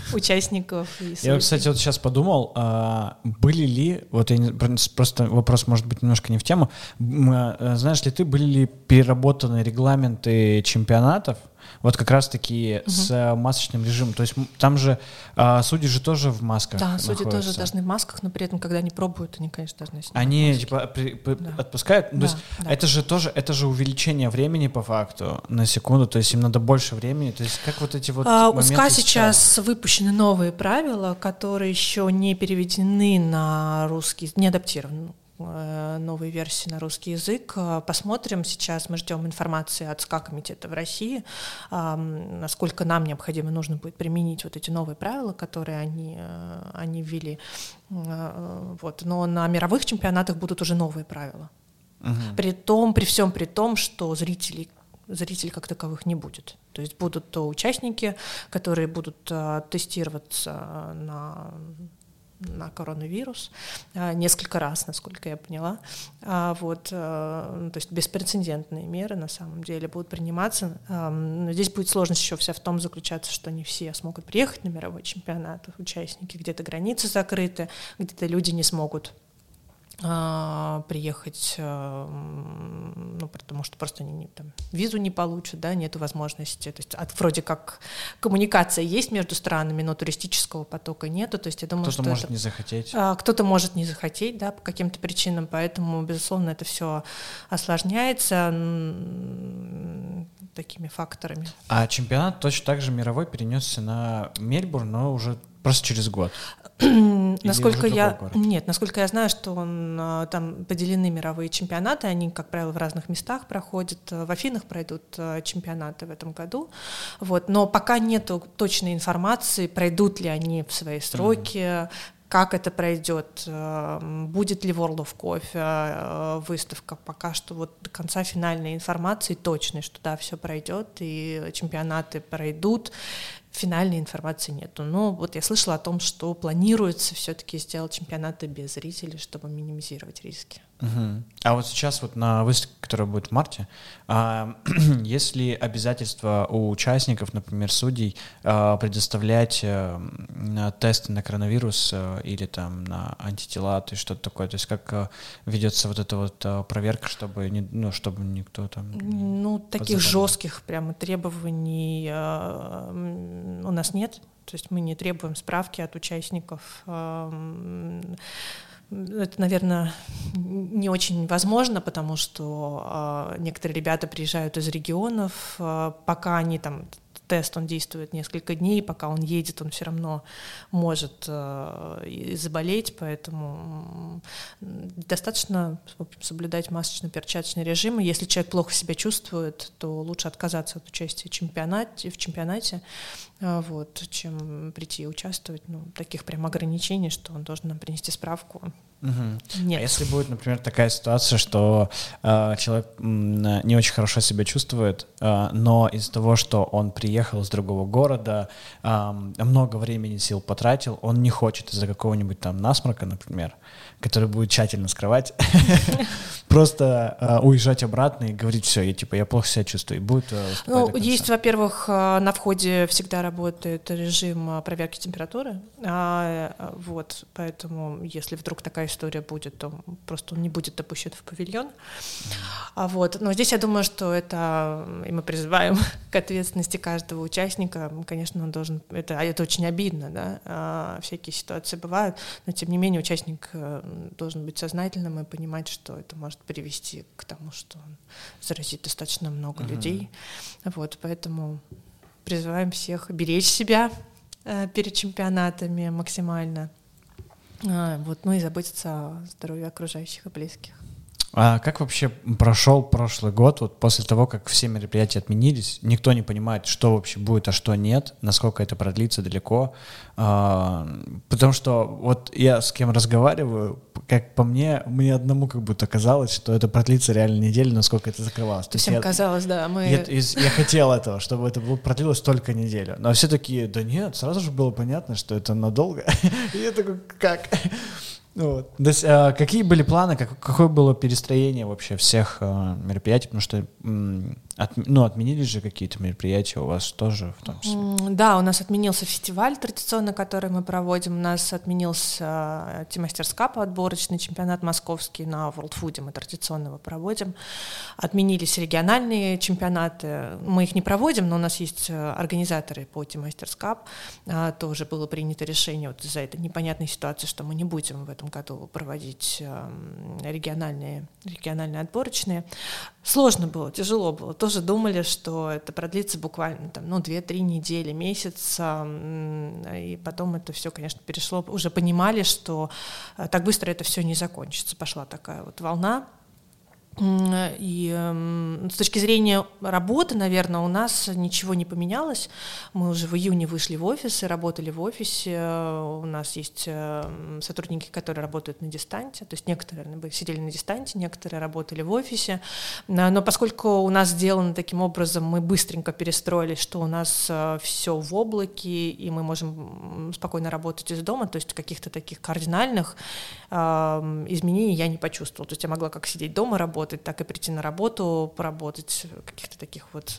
участников и судей. Я, кстати, вот сейчас подумал, были ли, вот я не, просто вопрос может быть немножко не в тему, знаешь ли ты, были ли переработаны регламенты чемпионатов, вот как раз-таки угу. с масочным режимом. То есть там же а, судьи же тоже в масках Да, находятся. судьи тоже должны в масках, но при этом, когда они пробуют, они, конечно, должны снимать Они маски. типа при, при, да. отпускают? Да, то есть да. это же тоже, это же увеличение времени по факту на секунду, то есть им надо больше времени. То есть как вот эти вот а, моменты... У СКА сейчас выпущены новые правила, которые еще не переведены на русский, не адаптированы. Новые версии на русский язык. Посмотрим. Сейчас мы ждем информации от СКА-комитета в России, насколько нам необходимо нужно будет применить вот эти новые правила, которые они, они ввели. Вот. Но на мировых чемпионатах будут уже новые правила. Угу. При том, при всем при том, что зрителей зрителей как таковых не будет. То есть будут то участники, которые будут тестироваться на на коронавирус несколько раз, насколько я поняла. Вот, то есть беспрецедентные меры на самом деле будут приниматься. Но здесь будет сложность еще вся в том заключаться, что не все смогут приехать на мировой чемпионат, участники, где-то границы закрыты, где-то люди не смогут приехать, ну, потому что просто они там, визу не получат, да, нет возможности. То есть от, вроде как коммуникация есть между странами, но туристического потока нету. То есть я думаю, кто-то что может это, не захотеть. Кто-то может не захотеть, да, по каким-то причинам, поэтому, безусловно, это все осложняется такими факторами. А чемпионат точно так же мировой перенесся на Мельбурн, но уже просто через год. Насколько я нет, насколько я знаю, что он, там поделены мировые чемпионаты, они, как правило, в разных местах проходят. В Афинах пройдут чемпионаты в этом году, вот. Но пока нету точной информации, пройдут ли они в свои сроки. Mm-hmm. Как это пройдет, будет ли World of Coffee выставка, пока что вот до конца финальной информации точной, что да, все пройдет и чемпионаты пройдут. Финальной информации нету. Но вот я слышала о том, что планируется все-таки сделать чемпионаты без зрителей, чтобы минимизировать риски. Угу. А вот сейчас вот на выставке, которая будет в марте, а, есть ли обязательства у участников, например, судей, а, предоставлять а, тесты на коронавирус а, или там на антитела, то есть что-то такое? То есть как а, ведется вот эта вот а, проверка, чтобы, не, ну, чтобы никто там... Ну, таких жестких прямо требований а, у нас нет. То есть мы не требуем справки от участников. А, Это, наверное, не очень возможно, потому что э, некоторые ребята приезжают из регионов, э, пока они там, тест, он действует несколько дней, пока он едет, он все равно может э, и заболеть, поэтому достаточно соблюдать масочно-перчаточный режим. Если человек плохо себя чувствует, то лучше отказаться от участия в чемпионате, в чемпионате э, вот, чем прийти и участвовать. Ну, таких прям ограничений, что он должен нам принести справку. Угу. Нет. А если будет, например, такая ситуация, что э, человек м, не очень хорошо себя чувствует, э, но из-за того, что он приехал из другого города, э, много времени, сил потратил, он не хочет из-за какого-нибудь там насморка, например, который будет тщательно скрывать, просто уезжать обратно и говорить: все, я типа я плохо себя чувствую, и будет. Ну, есть, во-первых, на входе всегда работает режим проверки температуры, вот, поэтому если вдруг такая история будет, то просто он не будет допущен в павильон. А вот, но здесь я думаю, что это, и мы призываем к ответственности каждого участника. Конечно, он должен, это, это очень обидно, да, всякие ситуации бывают, но тем не менее участник должен быть сознательным и понимать, что это может привести к тому, что он заразит достаточно много uh-huh. людей. Вот, поэтому призываем всех беречь себя э, перед чемпионатами максимально. А, вот, ну и заботиться о здоровье окружающих и близких. А как вообще прошел прошлый год, вот после того, как все мероприятия отменились, никто не понимает, что вообще будет, а что нет, насколько это продлится далеко, а, потому что вот я с кем разговариваю, как по мне, мне одному как будто казалось, что это продлится реально неделю, насколько это закрывалось. То Всем я, казалось, да. Мы... Я, я хотел этого, чтобы это продлилось только неделю, но все такие: да нет, сразу же было понятно, что это надолго. И я такой: как? Вот. То есть, а, какие были планы, как, какое было перестроение вообще всех а, мероприятий, потому что м, От, ну, отменились же какие-то мероприятия у вас тоже в том числе? Да, у нас отменился фестиваль традиционный, который мы проводим. У нас отменился Tea-Masters Cup, отборочный чемпионат московский на World Food, мы традиционно его проводим. Отменились региональные чемпионаты. Мы их не проводим, но у нас есть организаторы по Tea-Masters Cup. Тоже было принято решение вот из-за этой непонятной ситуации, что мы не будем в этом году проводить региональные, региональные отборочные. Сложно было, тяжело было. Тоже думали, что это продлится буквально там, ну, две-три недели, месяц, и потом это все, конечно, перешло. Уже понимали, что так быстро это все не закончится. Пошла такая вот волна. И э, с точки зрения работы, наверное, у нас ничего не поменялось. Мы уже в июне вышли в офис и работали в офисе. У нас есть э, сотрудники, которые работают на дистанте. То есть некоторые сидели на дистанте, некоторые работали в офисе. Но поскольку у нас сделано таким образом, мы быстренько перестроились, что у нас э, все в облаке, и мы можем спокойно работать из дома. То есть каких-то таких кардинальных э, изменений я не почувствовала. То есть я могла как сидеть дома работать, так и прийти на работу, поработать. Каких-то таких вот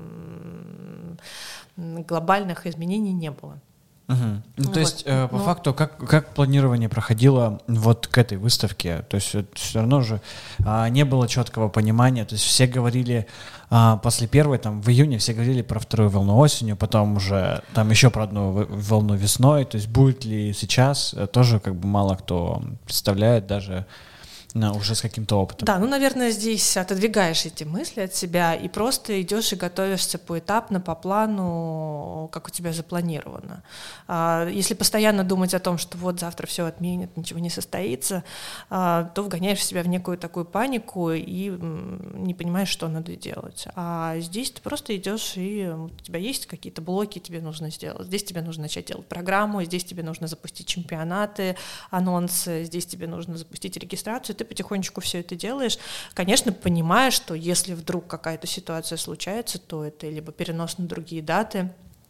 э, глобальных изменений не было. Угу. Ну, вот. То есть, э, по Но... факту, как, как планирование проходило вот к этой выставке? То есть все равно же а, не было четкого понимания. То есть все говорили а, после первой, там, в июне все говорили про вторую волну осенью, потом уже там еще про одну волну весной. То есть будет ли сейчас, тоже как бы мало кто представляет даже... No, уже с каким-то опытом. Да, ну, наверное, здесь отодвигаешь эти мысли от себя и просто идешь и готовишься поэтапно, по плану, как у тебя запланировано. Если постоянно думать о том, что вот завтра все отменят, ничего не состоится, то вгоняешь себя в некую такую панику и не понимаешь, что надо делать. А здесь ты просто идешь, и у тебя есть какие-то блоки, тебе нужно сделать. Здесь тебе нужно начать делать программу, здесь тебе нужно запустить чемпионаты, анонсы, здесь тебе нужно запустить регистрацию. Ты потихонечку все это делаешь, конечно, понимая, что если вдруг какая-то ситуация случается, то это либо перенос на другие даты,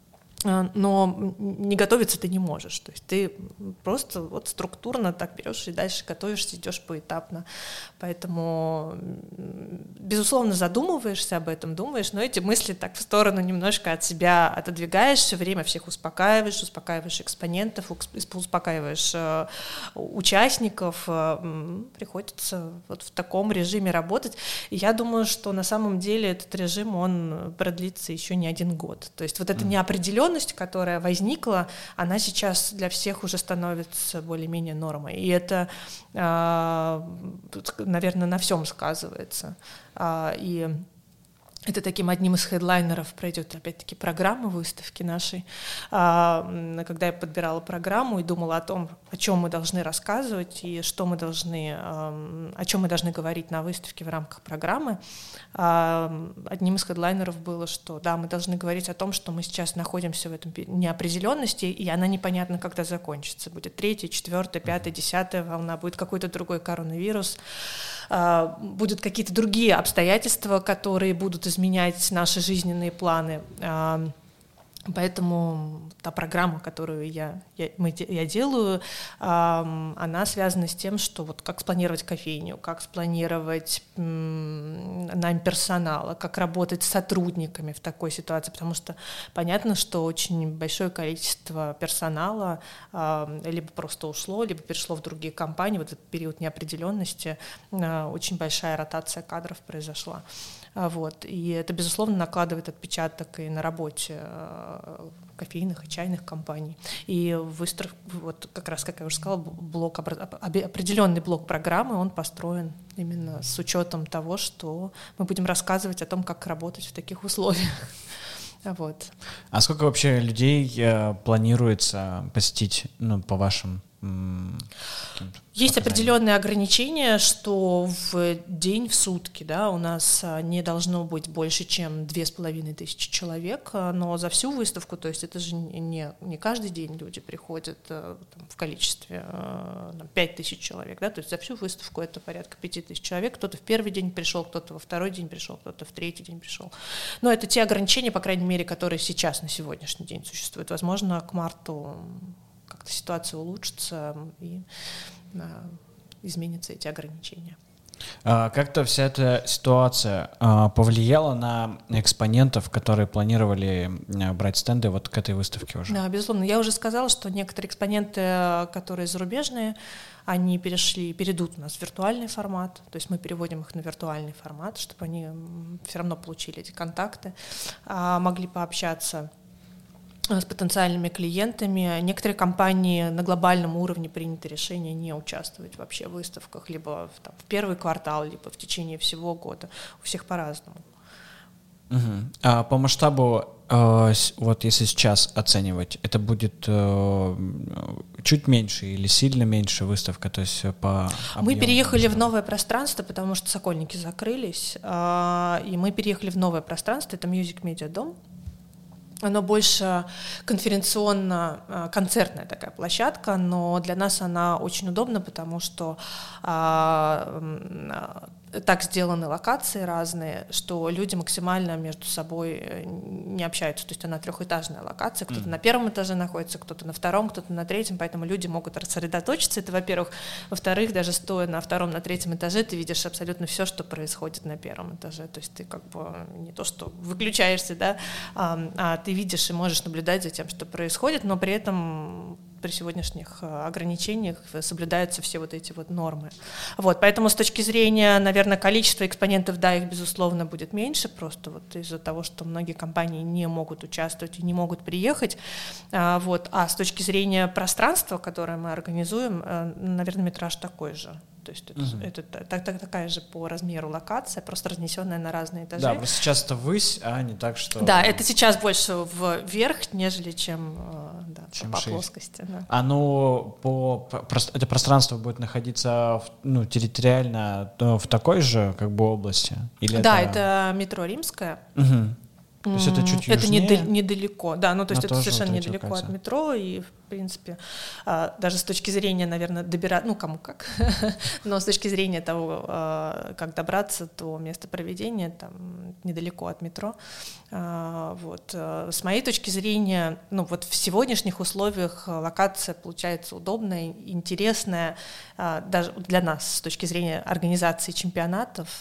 но не готовиться ты не можешь. То есть ты просто вот структурно так берешь и дальше готовишься, идешь поэтапно. Поэтому, безусловно, задумываешься об этом, думаешь, но эти мысли так в сторону немножко от себя отодвигаешь, все время всех успокаиваешь, успокаиваешь экспонентов, успокаиваешь участников. Приходится вот в таком режиме работать. И я думаю, что на самом деле этот режим, он продлится еще не один год. То есть вот эта неопределенность, которая возникла, она сейчас для всех уже становится более-менее нормой. И это, наверное, на всем сказывается. И это таким одним из хедлайнеров пройдет, опять-таки, программа выставки нашей. Когда я подбирала программу и думала о том, о чем мы должны рассказывать и что мы должны, о чем мы должны говорить на выставке в рамках программы, одним из хедлайнеров было, что да, мы должны говорить о том, что мы сейчас находимся в этом неопределенности, и она непонятна, когда закончится. Будет третья, четвертая, пятая, десятая волна, будет какой-то другой коронавирус, будут какие-то другие обстоятельства, которые будут изменять наши жизненные планы. Поэтому та программа, которую я, я, мы, я делаю, э, она связана с тем, что вот как спланировать кофейню, как спланировать м, найм персонала, как работать с сотрудниками в такой ситуации, потому что понятно, что очень большое количество персонала э, либо просто ушло, либо перешло в другие компании. Вот этот период неопределенности, э, очень большая ротация кадров произошла. Вот. И это, безусловно, накладывает отпечаток и на работе кофейных и чайных компаний. И выстроив, вот как раз, как я уже сказала, блок, определенный блок программы, он построен именно с учетом того, что мы будем рассказывать о том, как работать в таких условиях. Вот. А сколько вообще людей э, планируется посетить, ну, по вашим Есть определенные ограничения, что в день, в сутки, да, у нас не должно быть больше, чем две с половиной тысячи человек, но за всю выставку, то есть это же не, не каждый день люди приходят там, в количестве там, пять тысяч человек, да, то есть за всю выставку это порядка пяти тысяч человек, кто-то в первый день пришел, кто-то во второй день пришел, кто-то в третий день пришел. Но это те ограничения, по крайней мере, которые сейчас, на сегодняшний день существуют. Возможно, к марту как-то ситуация улучшится и а, изменятся эти ограничения. А, как-то вся эта ситуация а, повлияла на экспонентов, которые планировали а, брать стенды вот к этой выставке уже? Да, безусловно. Я уже сказала, что некоторые экспоненты, которые зарубежные, они перешли, перейдут у нас в виртуальный формат, то есть мы переводим их на виртуальный формат, чтобы они все равно получили эти контакты, могли пообщаться с потенциальными клиентами. Некоторые компании на глобальном уровне приняты решение не участвовать вообще в выставках, либо в, там, в первый квартал, либо в течение всего года. У всех по-разному. Угу. А по масштабу, э, вот если сейчас оценивать, это будет э, чуть меньше или сильно меньше выставка? То есть по мы переехали в новое пространство, потому что Сокольники закрылись, э, и мы переехали в новое пространство, это Music Media Dome. Оно больше конференционно-концертная такая площадка, но для нас она очень удобна, потому что а, так сделаны локации разные, что люди максимально между собой не общаются. То есть она трехэтажная локация, кто-то mm. на первом этаже находится, кто-то на втором, кто-то на третьем, поэтому люди могут рассредоточиться. Это, во-первых. Во-вторых, даже стоя на втором, на третьем этаже, ты видишь абсолютно все, что происходит на первом этаже. То есть ты как бы не то, что выключаешься, да, а, а ты видишь и можешь наблюдать за тем, что происходит, но при этом при сегодняшних ограничениях соблюдаются все вот эти вот нормы. Вот, поэтому с точки зрения, наверное, количества экспонентов, да, их, безусловно, будет меньше, просто вот из-за того, что многие компании не могут участвовать и не могут приехать. А, вот. А с точки зрения пространства, которое мы организуем, наверное, метраж такой же. То есть это, угу. это, это так, так, такая же по размеру локация, просто разнесенная на разные этажи. Да, просто сейчас это ввысь, а не так, что... Да, это сейчас больше вверх, нежели чем, да, чем по плоскости. Да. Оно по... Это пространство будет находиться в, ну, территориально в такой же как бы области? Или да, это... это метро Римское. Угу. То есть это чуть южнее? Это недалеко, да, ну то есть Но это совершенно вот недалеко локация. От метро, и в принципе даже с точки зрения, наверное, добираться, ну кому как, но с точки зрения того, как добраться до места проведения, там недалеко от метро. Вот. С моей точки зрения, ну вот в сегодняшних условиях локация получается удобная, интересная, даже для нас с точки зрения организации чемпионатов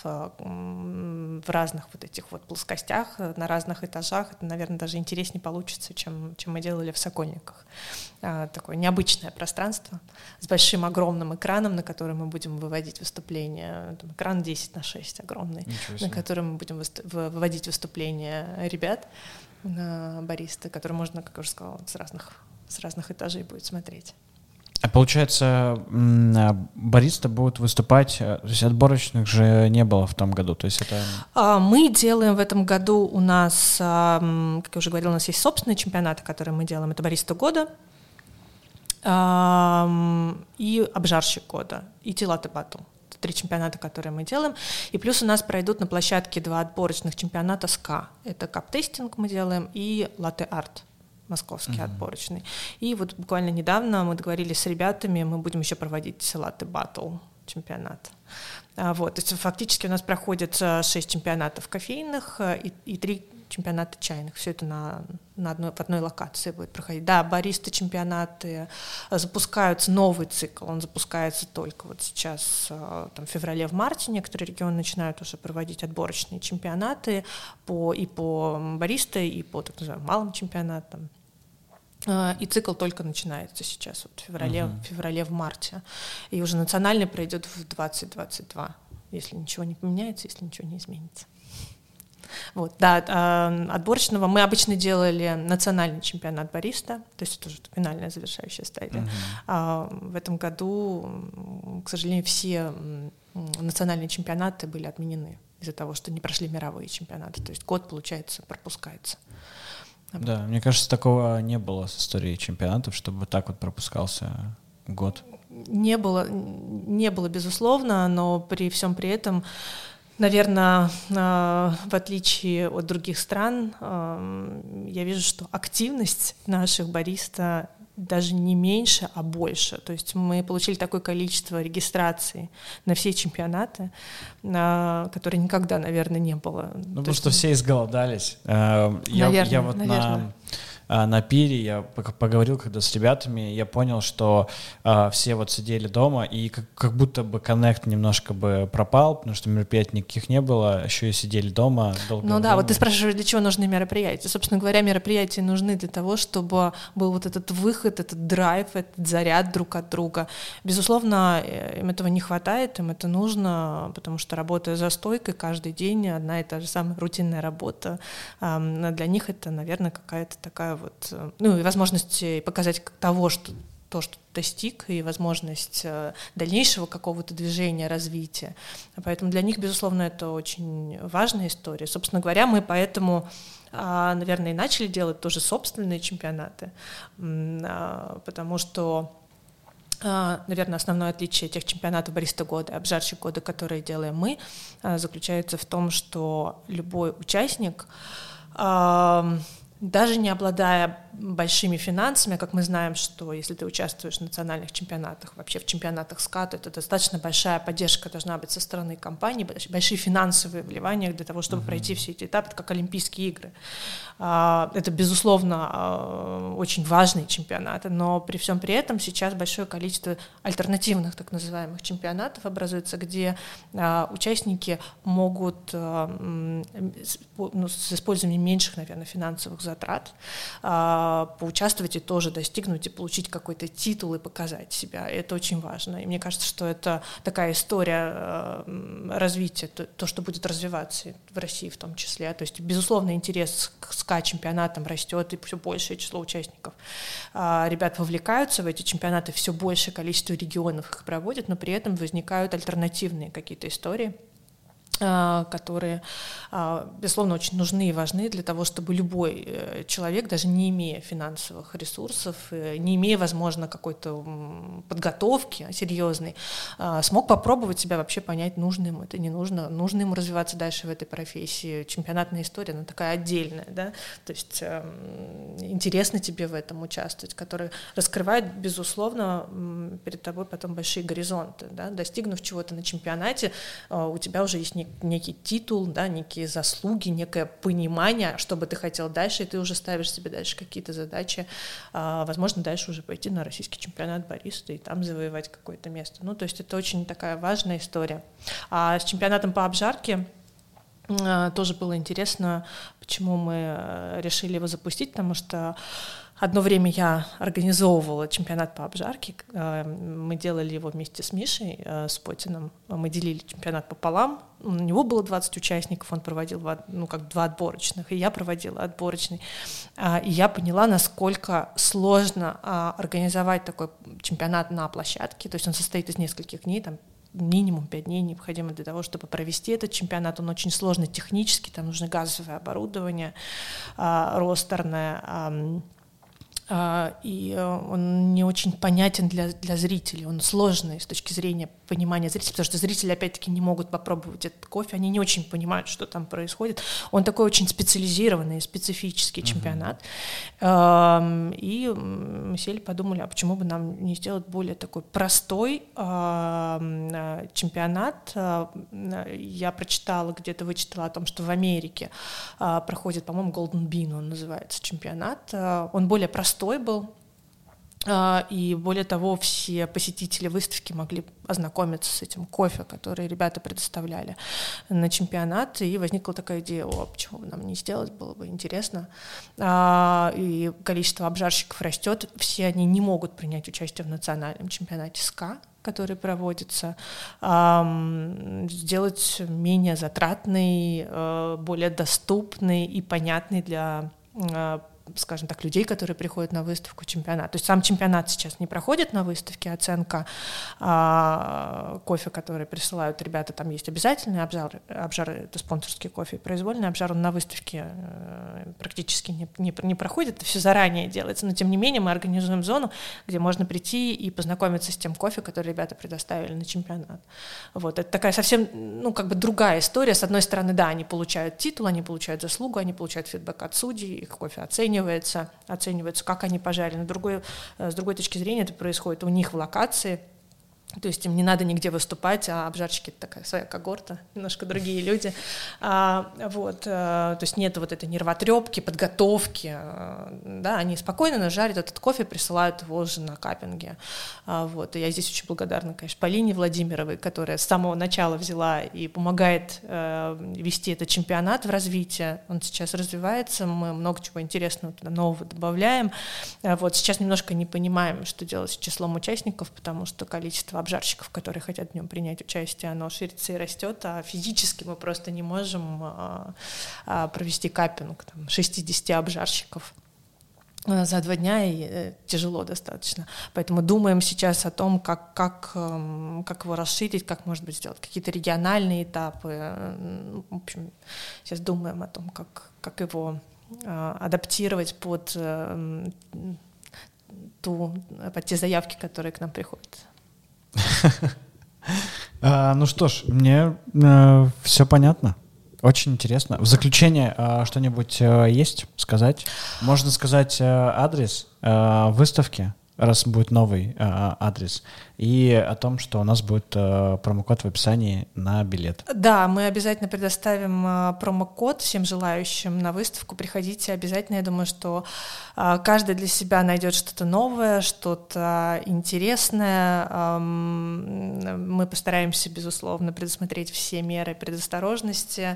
в разных вот этих вот плоскостях, на разных этажах. Это, наверное, даже интереснее получится, чем, чем мы делали в Сокольниках. А, такое необычное пространство с большим огромным экраном, на который мы будем выводить выступления. Там, экран десять на шесть огромный, на который мы будем выступ- выводить выступления ребят, бариста, которые можно, как я уже сказала, с разных, с разных этажей будет смотреть. А получается, бариста будут выступать, то есть отборочных же не было в том году, то есть это... Мы делаем в этом году, у нас, как я уже говорила, у нас есть собственные чемпионаты, которые мы делаем, это бариста года и обжарщик года, и латте баттл. Это три чемпионата, которые мы делаем, и плюс у нас пройдут на площадке два отборочных чемпионата СКА, это кап-тестинг мы делаем и латте-арт. Московский uh-huh. отборочный. И вот буквально недавно мы договорились с ребятами, мы будем еще проводить латте баттл чемпионат. А, вот, то есть фактически у нас проходит шесть чемпионатов кофейных и, и три чемпионата чайных. Все это на, на одной, в одной локации будет проходить. Да, бариста чемпионаты, запускаются новый цикл, он запускается только вот сейчас, там, в феврале, в марте. Некоторые регионы начинают уже проводить отборочные чемпионаты по, и по бариста, и по так называемым малым чемпионатам. И цикл только начинается сейчас, вот в феврале, uh-huh. в феврале, в марте. И уже национальный пройдет в двадцать двадцать два, если ничего не поменяется, если ничего не изменится. Вот, да, отборочного мы обычно делали национальный чемпионат бариста, то есть это уже финальная завершающая стадия. Uh-huh. А в этом году, к сожалению, все национальные чемпионаты были отменены из-за того, что не прошли мировые чемпионаты. То есть год, получается, пропускается. Да, мне кажется, такого не было с историей чемпионатов, чтобы так вот пропускался год. Не было, не было, безусловно, но при всем при этом, наверное, в отличие от других стран, я вижу, что активность наших бариста даже не меньше, а больше. То есть мы получили такое количество регистраций на все чемпионаты, которые никогда, наверное, не было. Ну, потому что все изголодались. Я, наверное, я вот наверное. на на пире, я поговорил когда с ребятами, я понял, что а, все вот сидели дома, и как, как будто бы коннект немножко бы пропал, потому что мероприятий никаких не было, еще и сидели дома долго. Ну да, вот ты спрашиваешь, для чего нужны мероприятия. Собственно говоря, мероприятия нужны для того, чтобы был вот этот выход, этот драйв, этот заряд друг от друга. Безусловно, им этого не хватает, им это нужно, потому что работая за стойкой каждый день, одна и та же самая рутинная работа, для них это, наверное, какая-то такая вот, ну и возможность показать того, что то, что ты достиг, и возможность дальнейшего какого-то движения, развития. Поэтому для них, безусловно, это очень важная история. Собственно говоря, мы поэтому, наверное, и начали делать тоже собственные чемпионаты, потому что, наверное, основное отличие тех чемпионатов бариста года и обжарщик года, которые делаем мы, заключается в том, что любой участник, даже не обладая большими финансами, как мы знаем, что если ты участвуешь в национальных чемпионатах, вообще в чемпионатах СКАТ, это достаточно большая поддержка должна быть со стороны компании, большие финансовые вливания для того, чтобы uh-huh. пройти все эти этапы, это как Олимпийские игры. Это, безусловно, очень важные чемпионаты, но при всем при этом сейчас большое количество альтернативных так называемых чемпионатов образуется, где участники могут с использованием меньших, наверное, финансовых затрат поучаствовать и тоже достигнуть и получить какой-то титул и показать себя. И это очень важно. И мне кажется, что это такая история развития, то, что будет развиваться в России в том числе. То есть, безусловно, интерес к СКА-чемпионатам растет, и все большее число участников. Ребят вовлекаются в эти чемпионаты, все большее количество регионов их проводят, но при этом возникают альтернативные какие-то истории, которые, безусловно, очень нужны и важны для того, чтобы любой человек, даже не имея финансовых ресурсов, не имея, возможно, какой-то подготовки серьезной, смог попробовать себя, вообще понять, нужно ему это, не нужно, нужно ему развиваться дальше в этой профессии. Чемпионатная история, она такая отдельная, да, то есть интересно тебе в этом участвовать, который раскрывает, безусловно, перед тобой потом большие горизонты, да, достигнув чего-то на чемпионате, у тебя уже есть некий титул, да, некие заслуги, некое понимание, что бы ты хотел дальше, и ты уже ставишь себе дальше какие-то задачи, возможно, дальше уже пойти на российский чемпионат бариста и там завоевать какое-то место. Ну, то есть это очень такая важная история. А с чемпионатом по обжарке тоже было интересно, почему мы решили его запустить, потому что одно время я организовывала чемпионат по обжарке. Мы делали его вместе с Мишей Спотиным. Мы делили чемпионат пополам. У него было двадцать участников, он проводил ну, как два отборочных, и я проводила отборочный. И я поняла, насколько сложно организовать такой чемпионат на площадке. То есть он состоит из нескольких дней, там минимум пять дней необходимо для того, чтобы провести этот чемпионат. Он очень сложный технически, там нужно газовое оборудование, ростерное, и он не очень понятен для, для зрителей, он сложный с точки зрения понимания зрителей, потому что зрители, опять-таки, не могут попробовать этот кофе, они не очень понимают, что там происходит. Он такой очень специализированный, специфический uh-huh. чемпионат. И мы сели, подумали, а почему бы нам не сделать более такой простой чемпионат. Я прочитала, где-то вычитала о том, что в Америке проходит, по-моему, Golden Bean, он называется, чемпионат. Он более простой был, и более того, все посетители выставки могли ознакомиться с этим кофе, который ребята предоставляли на чемпионат, и возникла такая идея, о, почему бы нам не сделать, было бы интересно. И количество обжарщиков растет, все они не могут принять участие в национальном чемпионате СКА, который проводится, сделать менее затратный, более доступный и понятный для, скажем так, людей, которые приходят на выставку чемпионат. То есть сам чемпионат сейчас не проходит на выставке, оценка а, кофе, который присылают ребята, там есть обязательный обжар, обжар это спонсорский кофе, произвольный обжар, он на выставке э, практически не, не, не проходит, это все заранее делается, но тем не менее мы организуем зону, где можно прийти и познакомиться с тем кофе, который ребята предоставили на чемпионат. Вот. Это такая совсем, ну, как бы другая история. С одной стороны, да, они получают титул, они получают заслугу, они получают фидбэк от судей, их кофе оценивают, Оценивается, оценивается, как они пожарили. С другой, с другой точки зрения это происходит у них в локации, То есть им не надо нигде выступать, а обжарщики — это такая своя когорта, немножко другие люди. А, вот, а, то есть нет вот этой нервотрепки, подготовки. А, да, они спокойно жарят этот кофе, присылают его уже на каппинге. А, вот, и я здесь очень благодарна, конечно, Полине Владимировой, которая с самого начала взяла и помогает а, вести этот чемпионат в развитии. Он сейчас развивается, мы много чего интересного туда нового добавляем. А, вот, сейчас немножко не понимаем, что делать с числом участников, потому что количество обжарщиков, которые хотят в нем принять участие, оно ширится и растет, а физически мы просто не можем а, а, провести каппинг там, шестьдесят обжарщиков за два дня, и э, тяжело достаточно. Поэтому думаем сейчас о том, как, как, э, как его расширить, как, может быть, сделать какие-то региональные этапы. В общем, сейчас думаем о том, как, как его э, адаптировать под, э, ту, под те заявки, которые к нам приходят. А, ну что ж, мне э, все понятно. Очень интересно. В заключение э, что-нибудь э, есть сказать? Можно сказать э, адрес э, выставки, раз будет новый э, адрес, и о том, что у нас будет э, промокод в описании на билет. Да, мы обязательно предоставим э, промокод всем желающим на выставку. Приходите обязательно. Я думаю, что э, каждый для себя найдет что-то новое, что-то интересное. Эм, мы постараемся, безусловно, предусмотреть все меры предосторожности.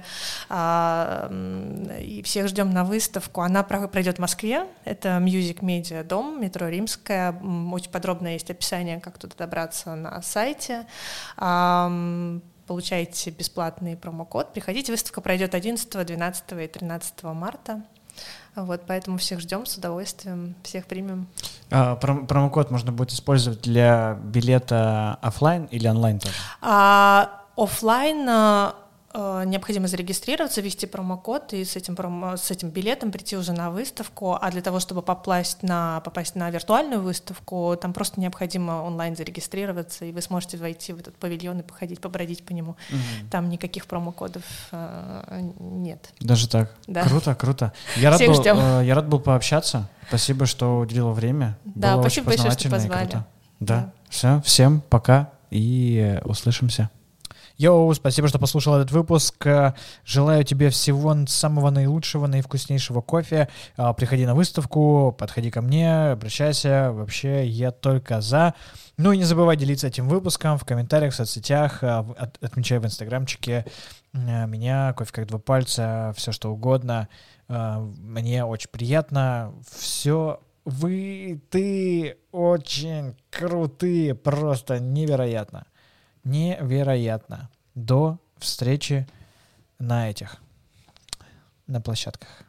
Э, и всех ждем на выставку. Она пройдет в Москве. Это Music Media Дом, метро Римская. Очень подробное есть описание, как туда добраться на сайте. Получаете бесплатный промокод. Приходите, выставка пройдет одиннадцатого, двенадцатого и тринадцатого марта. Вот, поэтому всех ждем с удовольствием, всех примем. А, пром- промокод можно будет использовать для билета офлайн или онлайн тоже? А, офлайн а, необходимо зарегистрироваться, ввести промокод и с этим, промо, с этим билетом прийти уже на выставку. А для того, чтобы попасть на, попасть на виртуальную выставку, там просто необходимо онлайн зарегистрироваться, и вы сможете войти в этот павильон и походить, побродить по нему. Угу. Там никаких промокодов э, нет. Даже так? Да. Круто, круто. Я рад, был, э, я рад был пообщаться. Спасибо, что уделила время. Да, Было спасибо большое, что позвали. Да. да. Все, всем пока и услышимся. Йоу, спасибо, что послушал этот выпуск. Желаю тебе всего самого наилучшего, наивкуснейшего кофе. Приходи на выставку, подходи ко мне, обращайся. Вообще, я только за. Ну и не забывай делиться этим выпуском в комментариях, в соцсетях. От, отмечай в инстаграмчике меня, кофе как два пальца, все что угодно. Мне очень приятно. Все, вы, ты очень крутые, просто невероятно. Невероятно. До встречи на этих, на площадках.